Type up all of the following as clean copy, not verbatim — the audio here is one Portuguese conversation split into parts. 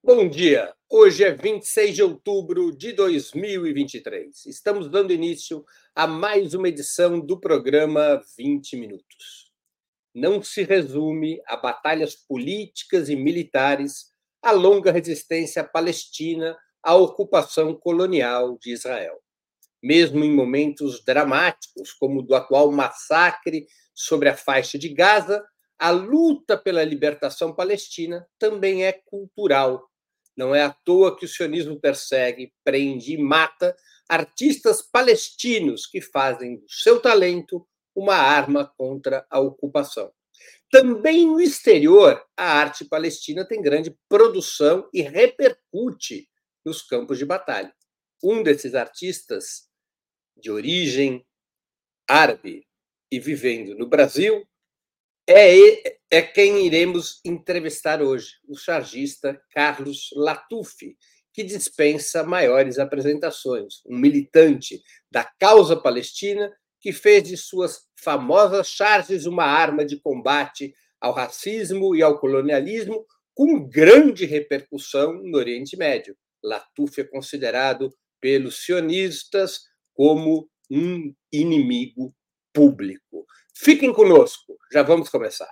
Bom dia! Hoje é 26 de outubro de 2023. Estamos dando início a mais uma edição do programa 20 Minutos. Não se resume a batalhas políticas e militares a longa resistência palestina à ocupação colonial de Israel. Mesmo em momentos dramáticos, como o do atual massacre sobre a faixa de Gaza, a luta pela libertação palestina também é cultural. Não é à toa que o sionismo persegue, prende e mata artistas palestinos que fazem do seu talento uma arma contra a ocupação. Também no exterior, a arte palestina tem grande produção e repercute nos campos de batalha. Um desses artistas, de origem árabe e vivendo no Brasil, é quem iremos entrevistar hoje, o chargista Carlos Latoufi, que dispensa maiores apresentações, um militante da causa palestina que fez de suas famosas charges uma arma de combate ao racismo e ao colonialismo com grande repercussão no Oriente Médio. Latoufi é considerado pelos sionistas como um inimigo público. Fiquem conosco, já vamos começar.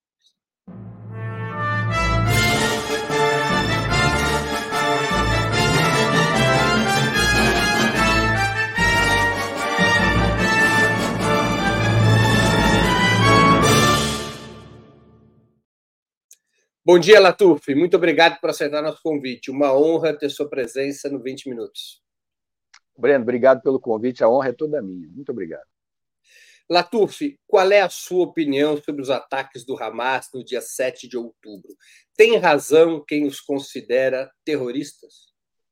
Bom dia, Latoufi. Muito obrigado por aceitar nosso convite. Uma honra ter sua presença no 20 Minutos. Breno, obrigado pelo convite. A honra é toda minha. Muito obrigado. Latoufi, qual é a sua opinião sobre os ataques do Hamas no dia 7 de outubro? Tem razão quem os considera terroristas?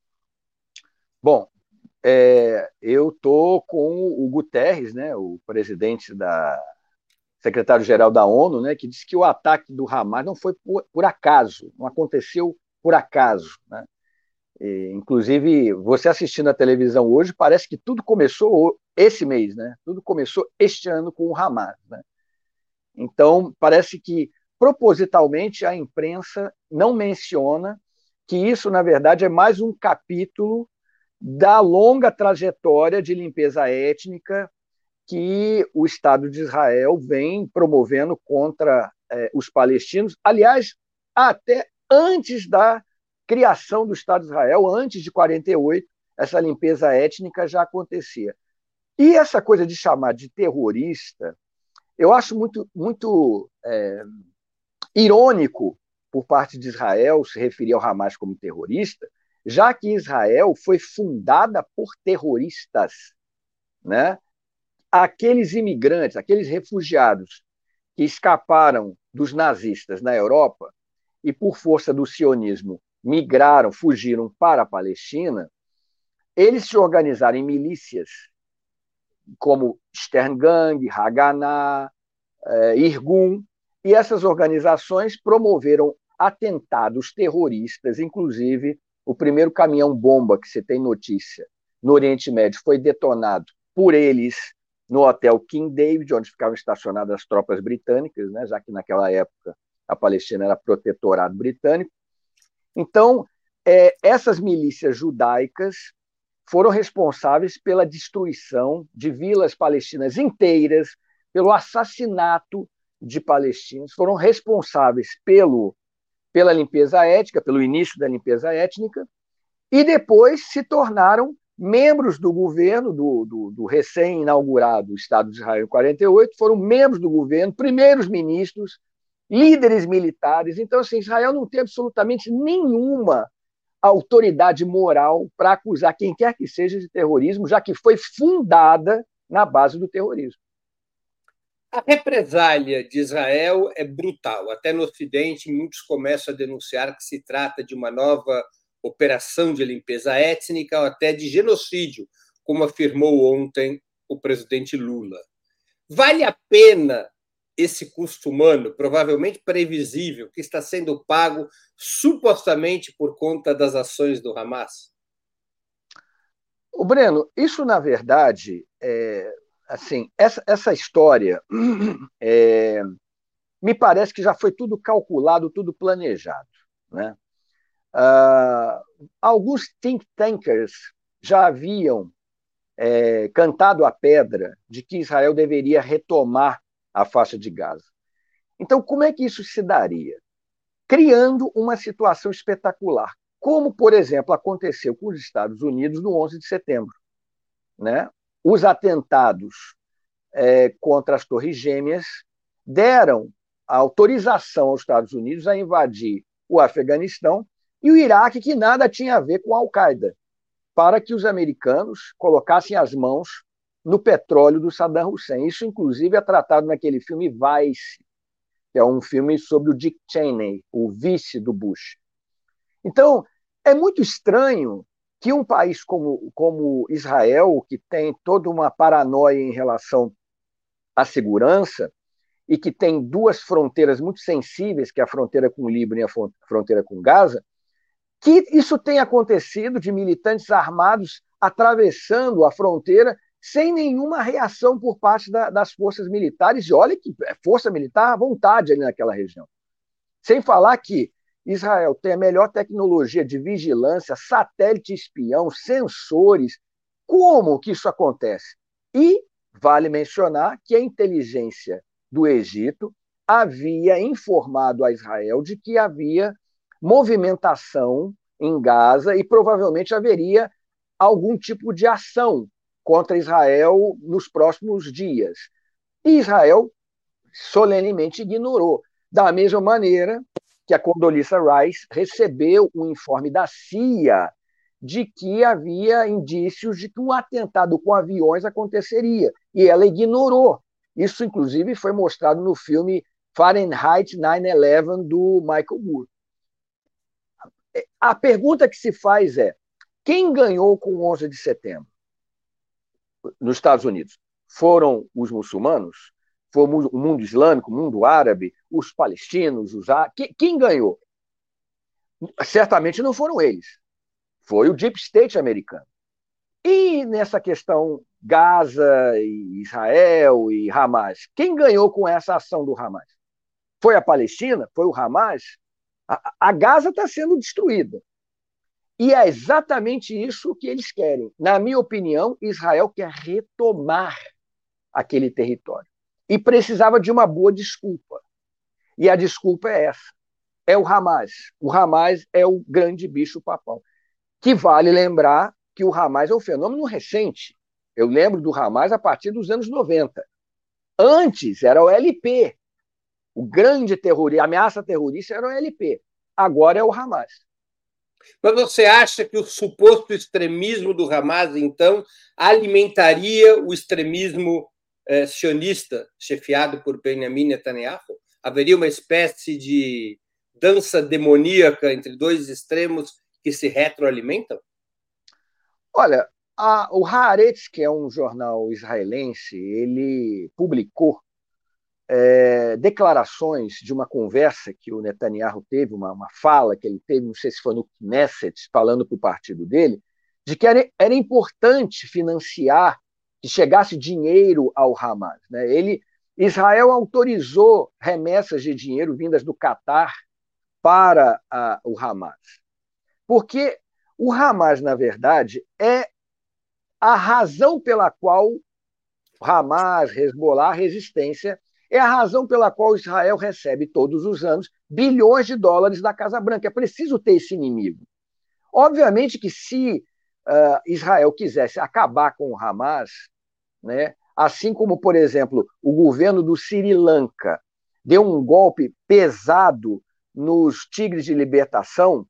Bom, eu estou com o Guterres, né, o presidente secretário-geral da ONU, né, que disse que o ataque do Hamas não foi por acaso, não aconteceu por acaso, né? Inclusive, você assistindo a televisão hoje, parece que tudo começou esse mês, né? Tudo começou este ano com o Hamas, né? Então, parece que, propositalmente, a imprensa não menciona que isso, na verdade, é mais um capítulo da longa trajetória de limpeza étnica que o Estado de Israel vem promovendo contra os palestinos. Aliás, até antes da criação do Estado de Israel, antes de 48, essa limpeza étnica já acontecia. E essa coisa de chamar de terrorista, eu acho muito irônico por parte de Israel se referir ao Hamas como terrorista, já que Israel foi fundada por terroristas, né? Aqueles imigrantes, aqueles refugiados que escaparam dos nazistas na Europa e, por força do sionismo, migraram, fugiram para a Palestina, eles se organizaram em milícias como Sterngang, Haganah, Irgun, e essas organizações promoveram atentados terroristas, inclusive o primeiro caminhão-bomba que você tem notícia no Oriente Médio foi detonado por eles no hotel King David, onde ficavam estacionadas as tropas britânicas, né, já que naquela época a Palestina era protetorado britânico. Então, essas milícias judaicas foram responsáveis pela destruição de vilas palestinas inteiras, pelo assassinato de palestinos, foram responsáveis pela limpeza étnica, pelo início da limpeza étnica, e depois se tornaram membros do governo do recém-inaugurado Estado de Israel em 48, foram membros do governo, primeiros ministros, líderes militares. Então, assim, Israel não tem absolutamente nenhuma autoridade moral para acusar quem quer que seja de terrorismo, já que foi fundada na base do terrorismo. A represália de Israel é brutal. Até no Ocidente, muitos começam a denunciar que se trata de uma nova operação de limpeza étnica ou até de genocídio, como afirmou ontem o presidente Lula. Vale a pena esse custo humano, provavelmente previsível, que está sendo pago supostamente por conta das ações do Hamas? O Breno, isso na verdade, assim, essa história me parece que já foi tudo calculado, tudo planejado, né? Alguns think tankers já haviam cantado a pedra de que Israel deveria retomar a faixa de Gaza. Então, como é que isso se daria? Criando uma situação espetacular, como, por exemplo, aconteceu com os Estados Unidos no 11 de setembro. Né? Os atentados contra as Torres Gêmeas deram a autorização aos Estados Unidos a invadir o Afeganistão e o Iraque, que nada tinha a ver com a Al-Qaeda, para que os americanos colocassem as mãos no petróleo do Saddam Hussein. Isso, inclusive, é tratado naquele filme Vice, que é um filme sobre o Dick Cheney, o vice do Bush. Então, é muito estranho que um país como Israel, que tem toda uma paranoia em relação à segurança e que tem duas fronteiras muito sensíveis, que é a fronteira com o Líbano e a fronteira com Gaza, que isso tenha acontecido de militantes armados atravessando a fronteira sem nenhuma reação por parte das forças militares. E olha que força militar à vontade ali naquela região. Sem falar que Israel tem a melhor tecnologia de vigilância, satélite espião, sensores. Como que isso acontece? E vale mencionar que a inteligência do Egito havia informado a Israel de que havia movimentação em Gaza e provavelmente haveria algum tipo de ação contra Israel nos próximos dias. E Israel solenemente ignorou. Da mesma maneira que a Condoleezza Rice recebeu um informe da CIA de que havia indícios de que um atentado com aviões aconteceria, e ela ignorou. Isso, inclusive, foi mostrado no filme Fahrenheit 9/11, do Michael Moore. A pergunta que se faz é: quem ganhou com o 11 de setembro nos Estados Unidos? Foram os muçulmanos? Foi o mundo islâmico, o mundo árabe, os palestinos, os árabes? Quem ganhou? Certamente não foram eles. Foi o Deep State americano. E nessa questão Gaza, e Israel e Hamas, quem ganhou com essa ação do Hamas? Foi a Palestina? Foi o Hamas? A Gaza está sendo destruída. E é exatamente isso que eles querem. Na minha opinião, Israel quer retomar aquele território. E precisava de uma boa desculpa. E a desculpa é essa. É o Hamas. O Hamas é o grande bicho-papão. Que vale lembrar que o Hamas é um fenômeno recente. Eu lembro do Hamas a partir dos anos 90. Antes era o LP. O grande terrorista, a ameaça terrorista era o LP. Agora é o Hamas. Mas você acha que o suposto extremismo do Hamas, então, alimentaria o extremismo sionista, chefiado por Benjamin Netanyahu? Haveria uma espécie de dança demoníaca entre dois extremos que se retroalimentam? Olha, o Haaretz, que é um jornal israelense, ele publicou declarações de uma conversa que o Netanyahu teve, uma fala que ele teve, não sei se foi no Knesset, falando para o partido dele, de que era importante financiar, que chegasse dinheiro ao Hamas. Né? Israel autorizou remessas de dinheiro vindas do Catar para o Hamas. Porque o Hamas, na verdade, é a razão pela qual Hamas, Hezbollah, a resistência, é a razão pela qual Israel recebe todos os anos bilhões de dólares da Casa Branca. É preciso ter esse inimigo. Obviamente que se Israel quisesse acabar com o Hamas, né, assim como, por exemplo, o governo do Sri Lanka deu um golpe pesado nos Tigres de Libertação,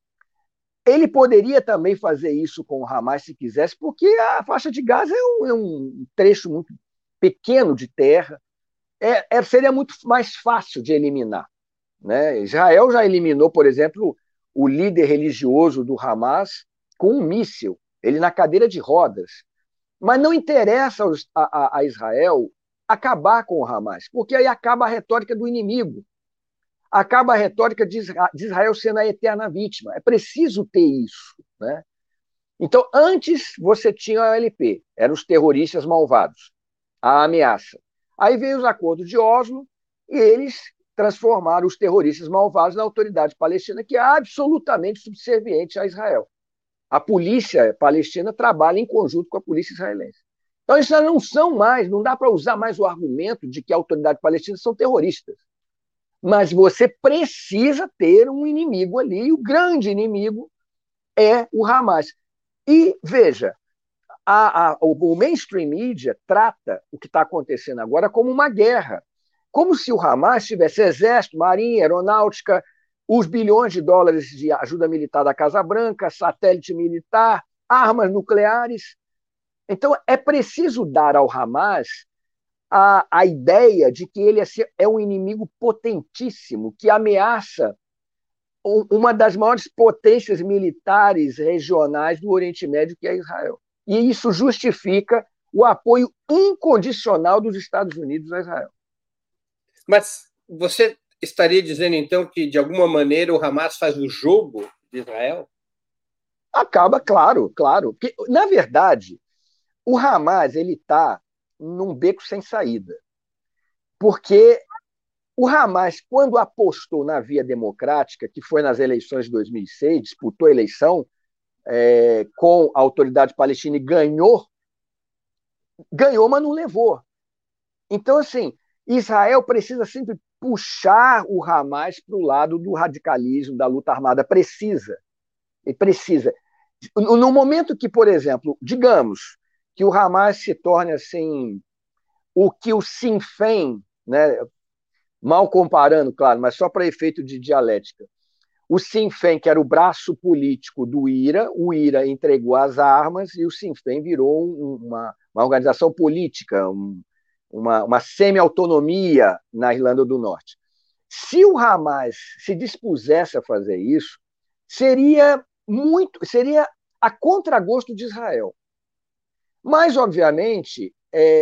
ele poderia também fazer isso com o Hamas se quisesse, porque a faixa de Gaza é um trecho muito pequeno de terra, seria muito mais fácil de eliminar. Né? Israel já eliminou, por exemplo, o líder religioso do Hamas com um míssil, ele na cadeira de rodas. Mas não interessa a Israel acabar com o Hamas, porque aí acaba a retórica do inimigo. Acaba a retórica de Israel sendo a eterna vítima. É preciso ter isso. Né? Então, antes você tinha a OLP, eram os terroristas malvados, a ameaça. Aí veio os acordos de Oslo e eles transformar os terroristas malvados na autoridade palestina, que é absolutamente subserviente a Israel. A polícia palestina trabalha em conjunto com a polícia israelense. Então, isso não são mais, não dá para usar mais o argumento de que a autoridade palestina são terroristas. Mas você precisa ter um inimigo ali, e o grande inimigo é o Hamas. E, veja, o mainstream media trata o que está acontecendo agora como uma guerra, como se o Hamas tivesse exército, marinha, aeronáutica, os bilhões de dólares de ajuda militar da Casa Branca, satélite militar, armas nucleares. Então, é preciso dar ao Hamas a ideia de que ele é um inimigo potentíssimo, que ameaça uma das maiores potências militares regionais do Oriente Médio, que é Israel. E isso justifica o apoio incondicional dos Estados Unidos a Israel. Mas você estaria dizendo, então, que, de alguma maneira, o Hamas faz o jogo de Israel? Acaba, claro. Porque, na verdade, o Hamas está num beco sem saída. Porque o Hamas, quando apostou na via democrática, que foi nas eleições de 2006, disputou a eleição com a autoridade palestina e ganhou, mas não levou. Então, assim, Israel precisa sempre puxar o Hamas para o lado do radicalismo, da luta armada. Ele precisa. No momento que, por exemplo, digamos que o Hamas se torne assim, o que o Sinn Féin, né, mal comparando, claro, mas só para efeito de dialética, o Sinn Féin, que era o braço político do IRA, o IRA entregou as armas e o Sinn Féin virou uma organização política, uma semi-autonomia na Irlanda do Norte. Se o Hamas se dispusesse a fazer isso, seria a contragosto de Israel. Mas, obviamente,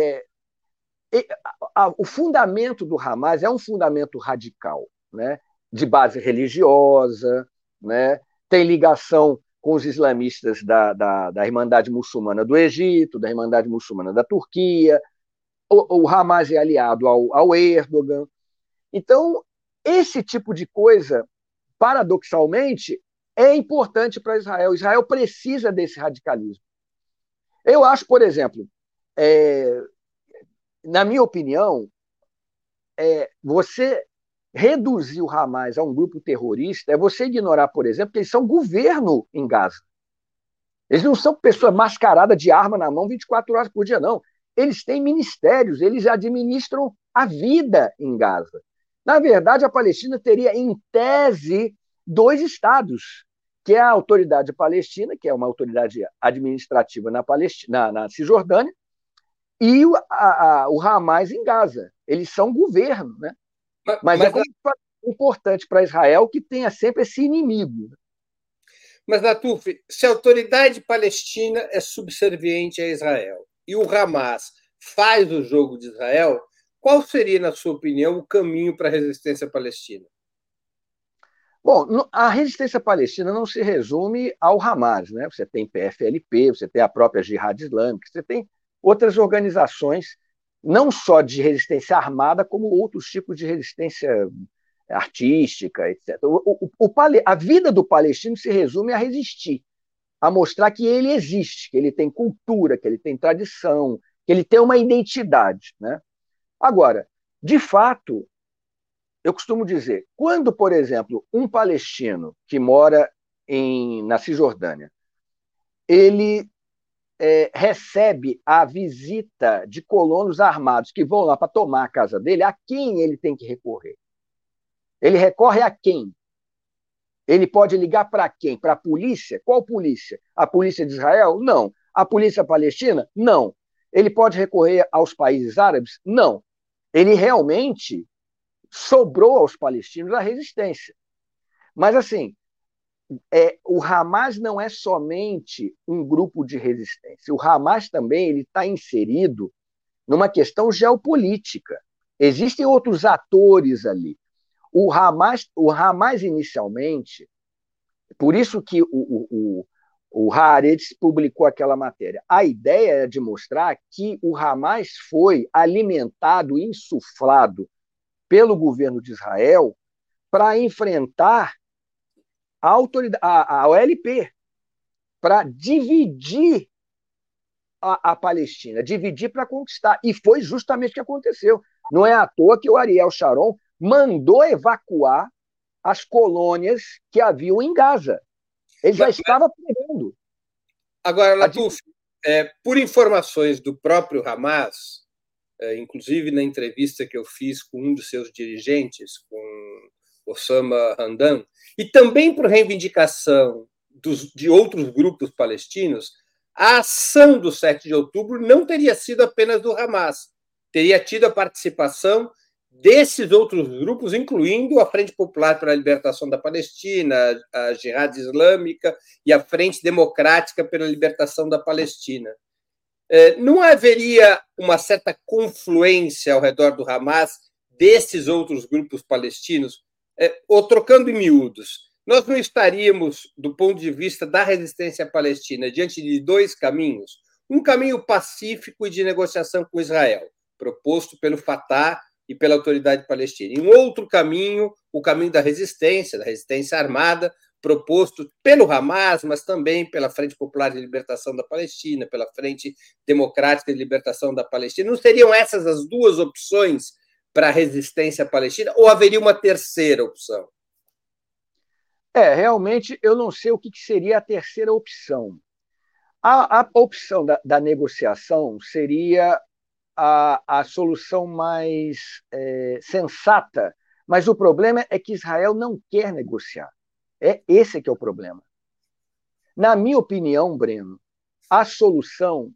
o fundamento do Hamas é um fundamento radical, né? De base religiosa, né? Tem ligação com os islamistas da Irmandade Muçulmana do Egito, da Irmandade Muçulmana da Turquia. O Hamas é aliado ao Erdogan. Então, esse tipo de coisa, paradoxalmente, é importante para Israel. Israel precisa desse radicalismo. Eu acho, por exemplo, na minha opinião, você reduzir o Hamas a um grupo terrorista é você ignorar, por exemplo, que eles são governo em Gaza. Eles não são pessoas mascaradas de arma na mão 24 horas por dia, não. Eles têm ministérios, eles administram a vida em Gaza. Na verdade, a Palestina teria, em tese, 2 estados, que é a autoridade palestina, que é uma autoridade administrativa na Cisjordânia, e o Hamas em Gaza. Eles são governo, né? Mas é importante para Israel que tenha sempre esse inimigo. Mas, Latuf, se a autoridade palestina é subserviente a Israel e o Hamas faz o jogo de Israel, qual seria, na sua opinião, o caminho para a resistência palestina? Bom, a resistência palestina não se resume ao Hamas, né? Você tem PFLP, você tem a própria Jihad Islâmica, você tem outras organizações, não só de resistência armada, como outros tipos de resistência artística, etc. A vida do palestino se resume a resistir, a mostrar que ele existe, que ele tem cultura, que ele tem tradição, que ele tem uma identidade, né? Agora, de fato, eu costumo dizer, quando, por exemplo, um palestino que mora na Cisjordânia, ele recebe a visita de colonos armados que vão lá para tomar a casa dele, a quem ele tem que recorrer? Ele recorre a quem? Ele pode ligar para quem? Para a polícia? Qual polícia? A polícia de Israel? Não. A polícia palestina? Não. Ele pode recorrer aos países árabes? Não. Ele realmente sobrou aos palestinos a resistência. Mas, assim, o Hamas não é somente um grupo de resistência. O Hamas também está inserido numa questão geopolítica. Existem outros atores ali. O Hamas inicialmente, por isso que o Haaretz publicou aquela matéria. A ideia é de mostrar que o Hamas foi alimentado, insuflado pelo governo de Israel para enfrentar a OLP, para dividir a Palestina, dividir para conquistar. E foi justamente o que aconteceu. Não é à toa que o Ariel Sharon mandou evacuar as colônias que haviam em Gaza. Ele já estava prevendo. Agora, Latuf, por informações do próprio Hamas, inclusive na entrevista que eu fiz com um dos seus dirigentes, com Osama Hamdan, e também por reivindicação de outros grupos palestinos, a ação do 7 de outubro não teria sido apenas do Hamas, teria tido a participação desses outros grupos, incluindo a Frente Popular para a Libertação da Palestina, a Jihad Islâmica e a Frente Democrática pela Libertação da Palestina. Não haveria uma certa confluência ao redor do Hamas desses outros grupos palestinos? Ou trocando em miúdos, nós não estaríamos, do ponto de vista da resistência palestina, diante de dois caminhos? Um caminho pacífico e de negociação com Israel, proposto pelo Fatah e pela autoridade palestina. E um outro caminho, o caminho da resistência armada, proposto pelo Hamas, mas também pela Frente Popular de Libertação da Palestina, pela Frente Democrática de Libertação da Palestina. Não seriam essas as duas opções para a resistência palestina, ou haveria uma terceira opção? Realmente, eu não sei o que seria a terceira opção. A opção da negociação seria a solução mais sensata, mas o problema é que Israel não quer negociar. Esse que é o problema. Na minha opinião, Breno, a solução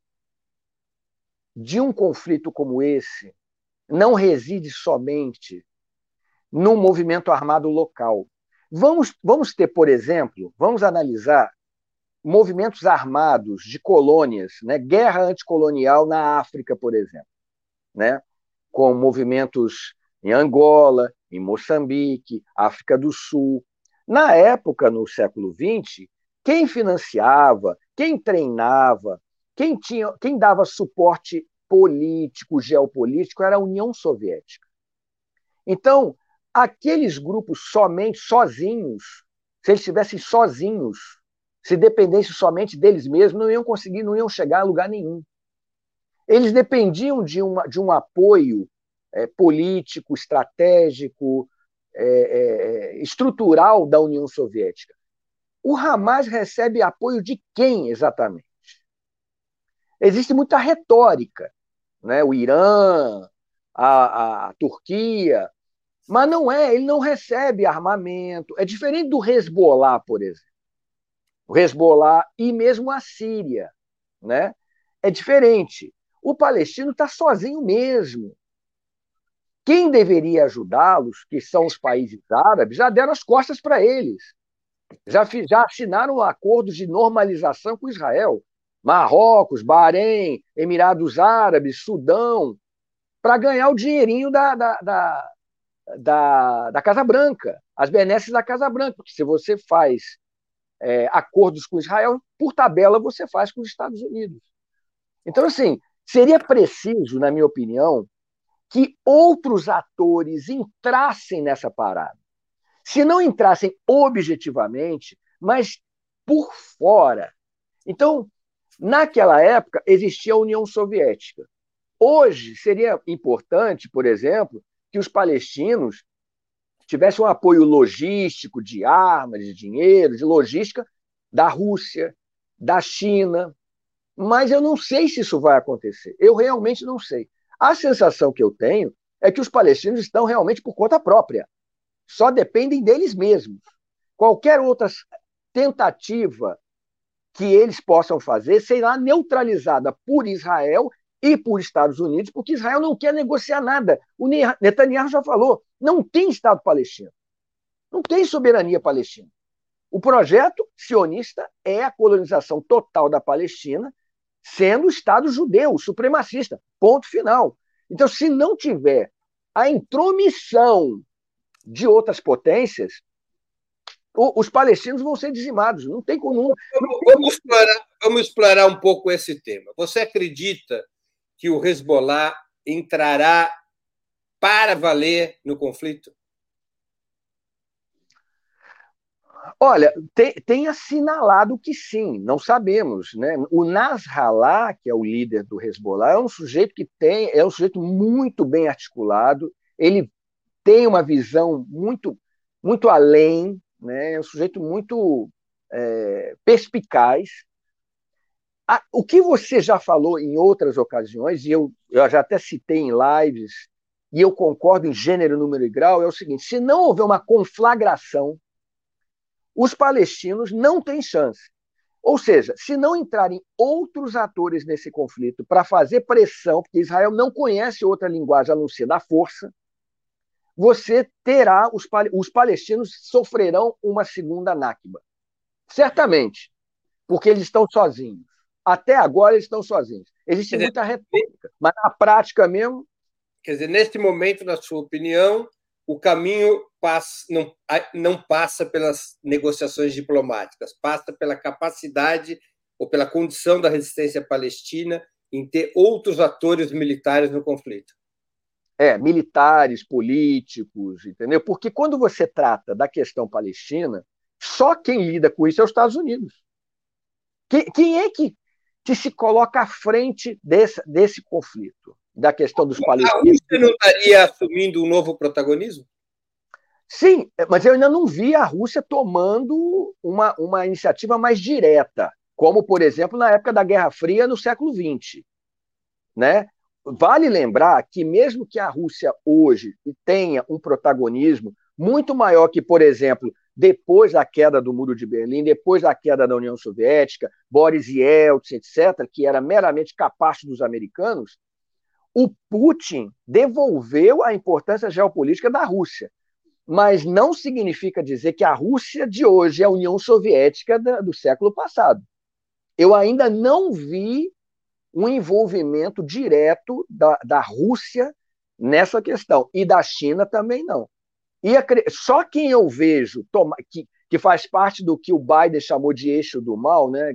de um conflito como esse não reside somente num movimento armado local. Vamos ter, por exemplo, vamos analisar movimentos armados de colônias, né? Guerra anticolonial na África, por exemplo, né? Com movimentos em Angola, em Moçambique, África do Sul. Na época, no século XX, quem financiava, quem treinava, quem dava suporte político, geopolítico, era a União Soviética. Então, aqueles grupos sozinhos, se eles estivessem sozinhos, se dependessem somente deles mesmos, não iam conseguir, não iam chegar a lugar nenhum. Eles dependiam de um apoio político, estratégico, estrutural da União Soviética. O Hamas recebe apoio de quem exatamente? Existe muita retórica, né? O Irã, a Turquia, mas ele não recebe armamento. É diferente do Hezbollah, por exemplo. O Hezbollah e mesmo a Síria, né? É diferente. O palestino está sozinho mesmo. Quem deveria ajudá-los, que são os países árabes, já deram as costas para eles. Já assinaram acordos de normalização com Israel. Marrocos, Bahrein, Emirados Árabes, Sudão, para ganhar o dinheirinho da Casa Branca, as benesses da Casa Branca. Porque se você faz acordos com Israel, por tabela você faz com os Estados Unidos. Então, assim, seria preciso, na minha opinião, que outros atores entrassem nessa parada. Se não entrassem objetivamente, mas por fora. Então, naquela época, existia a União Soviética. Hoje, seria importante, por exemplo, que os palestinos tivessem um apoio logístico de armas, de dinheiro, de logística da Rússia, da China. Mas eu não sei se isso vai acontecer. Eu realmente não sei. A sensação que eu tenho é que os palestinos estão realmente por conta própria. Só dependem deles mesmos. Qualquer outra tentativa que eles possam fazer será neutralizada por Israel e por Estados Unidos, porque Israel não quer negociar nada. O Netanyahu já falou, não tem Estado palestino. Não tem soberania palestina. O projeto sionista é a colonização total da Palestina, sendo o Estado judeu, supremacista. Ponto final. Então, se não tiver a intromissão de outras potências, os palestinos vão ser dizimados. Não tem como. Vamos explorar um pouco esse tema. Você acredita que o Hezbollah entrará para valer no conflito? Olha, tem assinalado que sim, não sabemos, né? O Nasrallah, que é o líder do Hezbollah, é um sujeito muito bem articulado, ele tem uma visão muito além, né? É um sujeito muito perspicaz. O que você já falou em outras ocasiões, e eu já até citei em lives, e eu concordo em gênero, número e grau, é o seguinte: se não houver uma conflagração, os palestinos não têm chance. Ou seja, se não entrarem outros atores nesse conflito para fazer pressão, porque Israel não conhece outra linguagem a não ser da força, você terá os palestinos sofrerão uma segunda Nakba. Certamente, porque eles estão sozinhos. Até agora eles estão sozinhos. Existe muita retórica, mas na prática mesmo. Quer dizer, neste momento, na sua opinião, o caminho não passa pelas negociações diplomáticas, passa pela capacidade ou pela condição da resistência palestina em ter outros atores militares no conflito. Militares, políticos, entendeu? Porque quando você trata da questão palestina, só quem lida com isso é os Estados Unidos. Quem é que se coloca à frente desse conflito, da questão dos palestinos? A Rússia não estaria assumindo um novo protagonismo? Sim, mas eu ainda não vi a Rússia tomando uma iniciativa mais direta, como, por exemplo, na época da Guerra Fria, no século XX. Né? Vale lembrar que, mesmo que a Rússia hoje tenha um protagonismo muito maior que, por exemplo, depois da queda do Muro de Berlim, depois da queda da União Soviética, Boris Yeltsin, etc., que era meramente capacho dos americanos, o Putin devolveu a importância geopolítica da Rússia. Mas não significa dizer que a Rússia de hoje é a União Soviética do século passado. Eu ainda não vi um envolvimento direto da Rússia nessa questão. E da China também não. Só quem eu vejo que faz parte do que o Biden chamou de eixo do mal, né?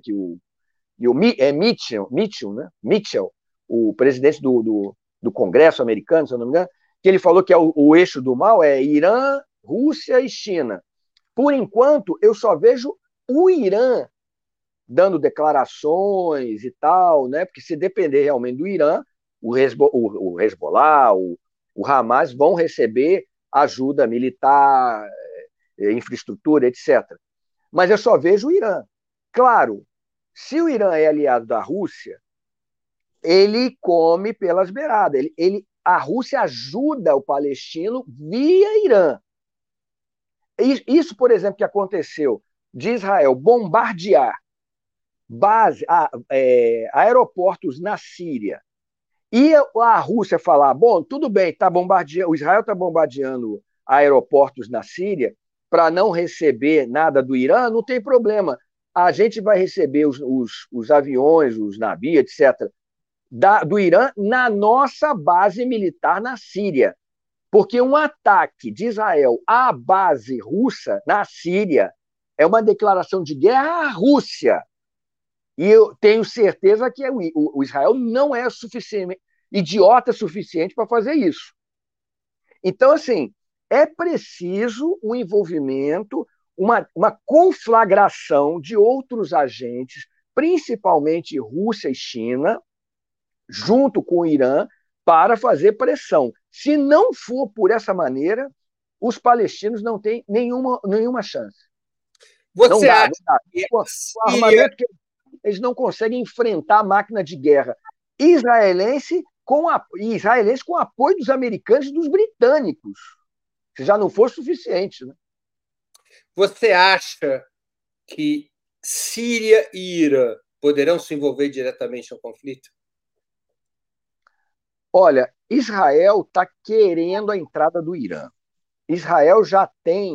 Mitchell, né? Mitchell, o presidente do Congresso americano, se eu não me engano, que ele falou que o eixo do mal é Irã, Rússia e China. Por enquanto, eu só vejo o Irã dando declarações e tal, né? Porque se depender realmente do Irã, o Hezbollah, o Hamas vão receber ajuda militar, infraestrutura, etc. Mas eu só vejo o Irã. Claro, se o Irã é aliado da Rússia, ele come pelas beiradas. A Rússia ajuda o palestino via Irã. Isso, por exemplo, que aconteceu de Israel bombardear aeroportos na Síria e a Rússia falar, bom, tudo bem, o Israel está bombardeando aeroportos na Síria para não receber nada do Irã, não tem problema. A gente vai receber os aviões, os navios, etc., do Irã na nossa base militar na Síria. Porque um ataque de Israel à base russa na Síria é uma declaração de guerra à Rússia. E eu tenho certeza que o Israel não é idiota suficiente para fazer isso. Então, assim, é preciso um envolvimento, uma conflagração de outros agentes, principalmente Rússia e China, junto com o Irã, para fazer pressão. Se não for por essa maneira, os palestinos não têm nenhuma chance. Você acha que o armamento que eles não conseguem enfrentar a máquina de guerra israelense com apoio dos americanos e dos britânicos, se já não for suficiente. Né? Você acha que Síria e Irã poderão se envolver diretamente no conflito? Olha, Israel está querendo a entrada do Irã. Israel já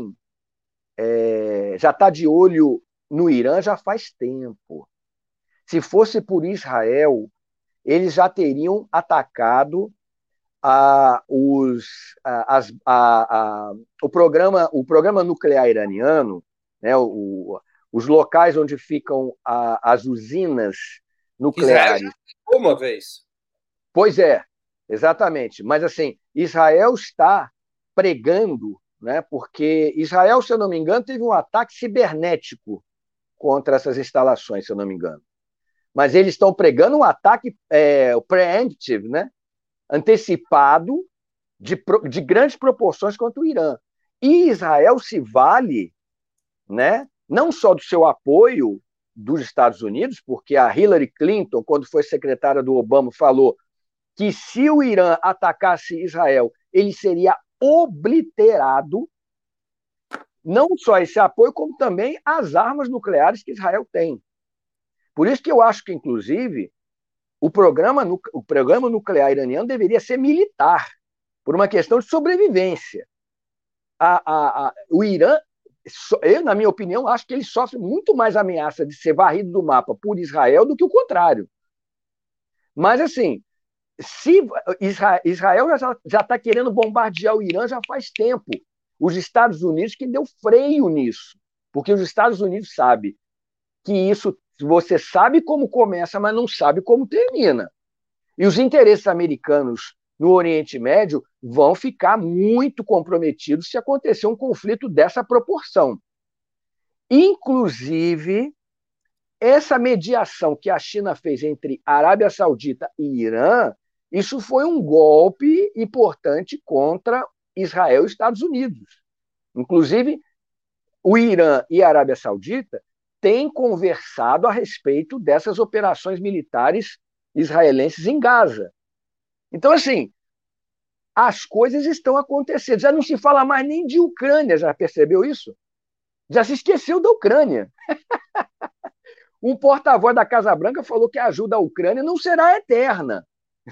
está de olho no Irã já faz tempo. Se fosse por Israel, eles já teriam atacado o programa nuclear iraniano, né, os locais onde ficam as usinas nucleares. Israel já uma vez. Pois é, Exatamente. Mas, assim, Israel está pregando, né, porque Israel, se eu não me engano, teve um ataque cibernético contra essas instalações, se eu não me engano. Mas eles estão pregando um ataque preemptive, né, antecipado, de grandes proporções contra o Irã. E Israel se vale, né, não só do seu apoio dos Estados Unidos, porque a Hillary Clinton, quando foi secretária do Obama, falou que se o Irã atacasse Israel, ele seria obliterado, não só esse apoio, como também as armas nucleares que Israel tem. Por isso que eu acho que, inclusive, o programa nuclear iraniano deveria ser militar, por uma questão de sobrevivência. O Irã, eu, na minha opinião, acho que ele sofre muito mais ameaça de ser varrido do mapa por Israel do que o contrário. Mas, assim, se Israel já está querendo bombardear o Irã já faz tempo. Os Estados Unidos que deu freio nisso, porque os Estados Unidos sabem que isso você sabe como começa, mas não sabe como termina. E os interesses americanos no Oriente Médio vão ficar muito comprometidos se acontecer um conflito dessa proporção. Inclusive, essa mediação que a China fez entre Arábia Saudita e Irã, isso foi um golpe importante contra Israel e Estados Unidos. Inclusive, o Irã e a Arábia Saudita têm conversado a respeito dessas operações militares israelenses em Gaza. Então, assim, as coisas estão acontecendo. Já não se fala mais nem de Ucrânia, já percebeu isso? Já se esqueceu da Ucrânia. Um porta-voz da Casa Branca falou que a ajuda à Ucrânia não será eterna.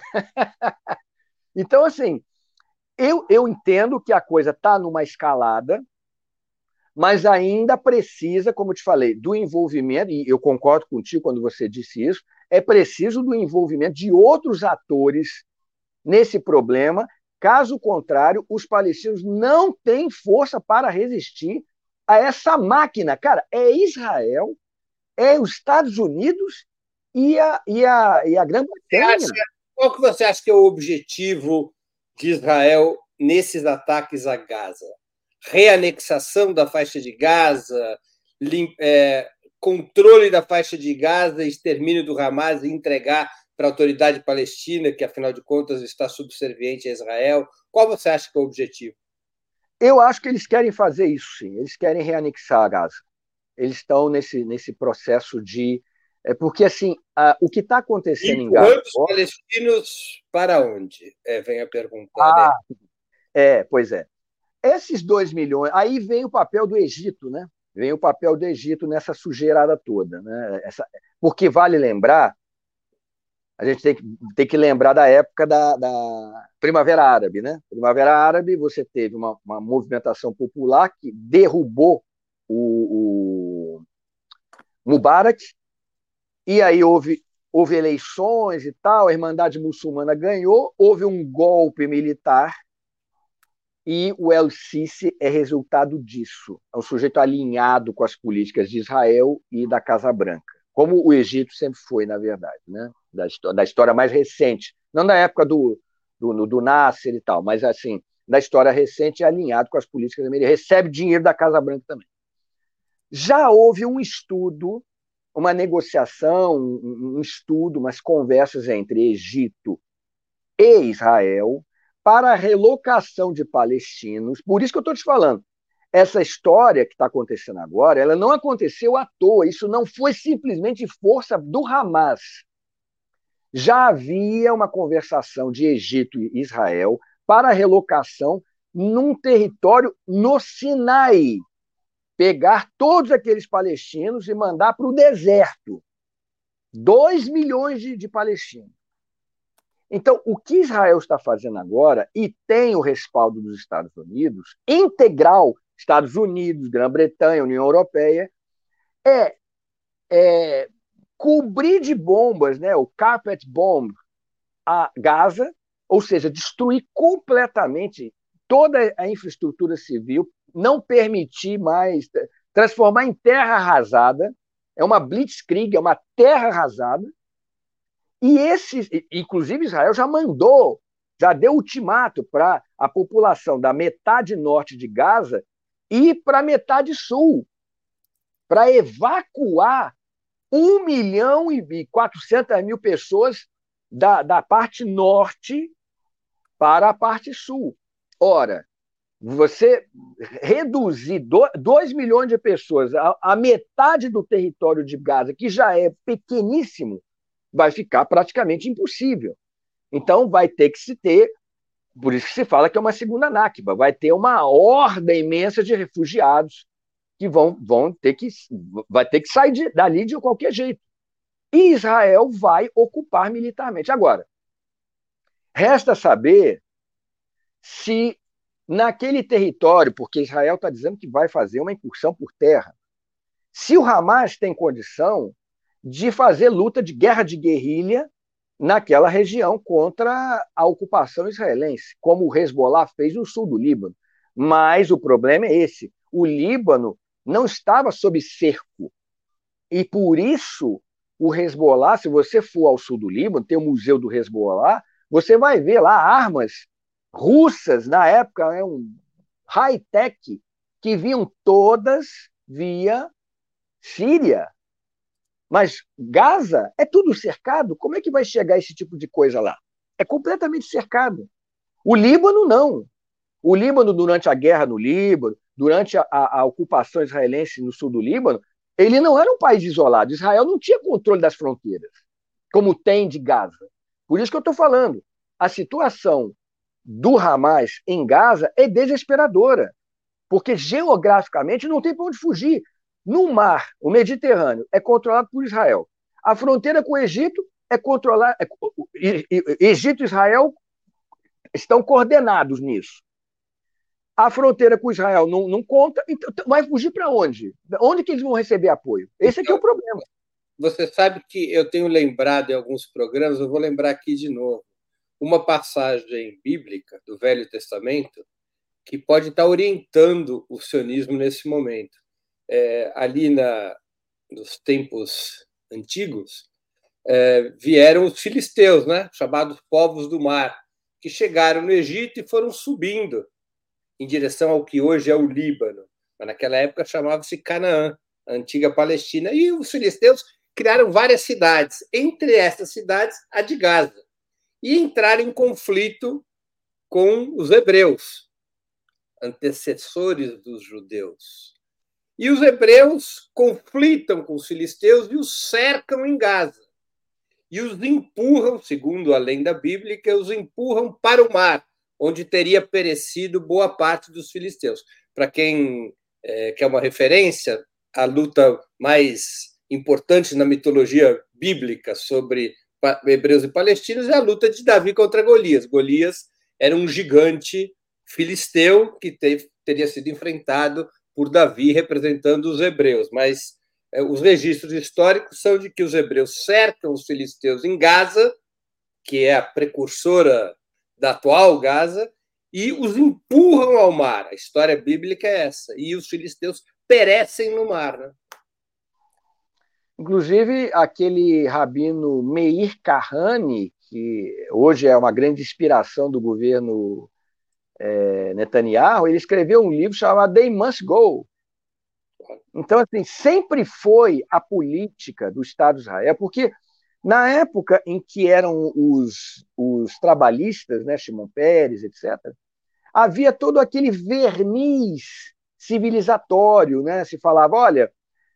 Então, assim, eu entendo que a coisa está numa escalada, mas ainda precisa, como eu te falei, do envolvimento, e eu concordo contigo quando você disse isso, é preciso do envolvimento de outros atores nesse problema. Caso contrário, os palestinos não têm força para resistir a essa máquina. Cara, é Israel, é os Estados Unidos e a Grã-Bretanha. Qual que você acha que é o objetivo de Israel nesses ataques a Gaza? Reanexação da faixa de Gaza, controle da faixa de Gaza, extermínio do Hamas e entregar para a autoridade palestina, que afinal de contas está subserviente a Israel? Qual você acha que é o objetivo? Eu acho que eles querem fazer isso, sim. Eles querem reanexar a Gaza. Eles estão nesse processo de. Porque, assim, o que está acontecendo em Gaza. Empurrando os palestinos para onde? Vem a pergunta, né? Pois é. Esses 2 milhões. Aí vem o papel do Egito, né? Vem o papel do Egito nessa sujeirada toda. Né? Porque vale lembrar, a gente tem que lembrar da época da Primavera Árabe, né? Primavera Árabe, você teve uma movimentação popular que derrubou o Mubarak, e aí houve eleições e tal, a Irmandade Muçulmana ganhou, houve um golpe militar, e o El-Sisi é resultado disso. É um sujeito alinhado com as políticas de Israel e da Casa Branca, como o Egito sempre foi, na verdade, né? Da história mais recente, não da época do Nasser e tal, mas assim, da história recente, é alinhado com as políticas americanas, recebe dinheiro da Casa Branca também. Já houve um estudo, uma negociação, um estudo, umas conversas entre Egito e Israel para a relocação de palestinos. Por isso que eu estou te falando, essa história que está acontecendo agora, ela não aconteceu à toa, isso não foi simplesmente força do Hamas. Já havia uma conversação de Egito e Israel para a relocação num território no Sinai, pegar todos aqueles palestinos e mandar para o deserto. 2 milhões de palestinos. Então, o que Israel está fazendo agora, e tem o respaldo dos Estados Unidos, integral, Estados Unidos, Grã-Bretanha, União Europeia, é cobrir de bombas, né, o carpet bomb, a Gaza, ou seja, destruir completamente toda a infraestrutura civil, não permitir mais, transformar em terra arrasada, é uma blitzkrieg, é uma terra arrasada, e inclusive Israel já mandou já deu ultimato para a população da metade norte de Gaza e para a metade sul, para evacuar 1.400.000 pessoas da parte norte para a parte sul. Ora, você reduzir 2 milhões de pessoas a metade do território de Gaza, que já é pequeníssimo, vai ficar praticamente impossível. Então, vai ter que se ter, por isso que se fala que é uma segunda Nakba, vai ter uma horda imensa de refugiados que vai ter que sair dali de qualquer jeito. E Israel vai ocupar militarmente. Agora, resta saber se naquele território, porque Israel está dizendo que vai fazer uma incursão por terra, se o Hamas tem condição de fazer luta de guerra de guerrilha naquela região contra a ocupação israelense, como o Hezbollah fez no sul do Líbano. Mas o problema é esse: o Líbano não estava sob cerco. E por isso o Hezbollah, se você for ao sul do Líbano, tem o Museu do Hezbollah, você vai ver lá armas russas, na época, um high-tech, que vinham todas via Síria. Mas Gaza é tudo cercado. Como é que vai chegar esse tipo de coisa lá? É completamente cercado. O Líbano, não. O Líbano, durante a guerra no Líbano, durante a ocupação israelense no sul do Líbano, ele não era um país isolado. Israel não tinha controle das fronteiras, como tem de Gaza. Por isso que eu estou falando. A situação do Hamas em Gaza é desesperadora, porque geograficamente não tem para onde fugir. No mar, o Mediterrâneo é controlado por Israel. A fronteira com o Egito é controlada. Egito e Israel estão coordenados nisso. A fronteira com Israel não conta, então vai fugir para onde? Onde que eles vão receber apoio? Esse aqui é o problema. Você sabe que eu tenho lembrado em alguns programas, eu vou lembrar aqui de novo, uma passagem bíblica do Velho Testamento que pode estar orientando o sionismo nesse momento. Ali nos tempos antigos, vieram os filisteus, né, chamados povos do mar, que chegaram no Egito e foram subindo em direção ao que hoje é o Líbano, mas naquela época chamava-se Canaã, a antiga Palestina, e os filisteus criaram várias cidades, entre essas cidades a de Gaza, e entraram em conflito com os hebreus, antecessores dos judeus. E os hebreus conflitam com os filisteus e os cercam em Gaza. E os empurram, segundo a lenda bíblica, os empurram para o mar, onde teria perecido boa parte dos filisteus. Para quem quer uma referência, a luta mais importante na mitologia bíblica sobre hebreus e palestinos é a luta de Davi contra Golias. Golias era um gigante filisteu que teria sido enfrentado por Davi representando os hebreus, mas os registros históricos são de que os hebreus cercam os filisteus em Gaza, que é a precursora da atual Gaza, e os empurram ao mar. A história bíblica é essa. E os filisteus perecem no mar. Né? Inclusive, aquele rabino Meir Kahane, que hoje é uma grande inspiração do governo Netanyahu, ele escreveu um livro chamado They Must Go. Então, assim, sempre foi a política do Estado de Israel, porque na época em que eram os trabalhistas, né, Shimon Peres, etc., havia todo aquele verniz civilizatório, né? Se falava, olha,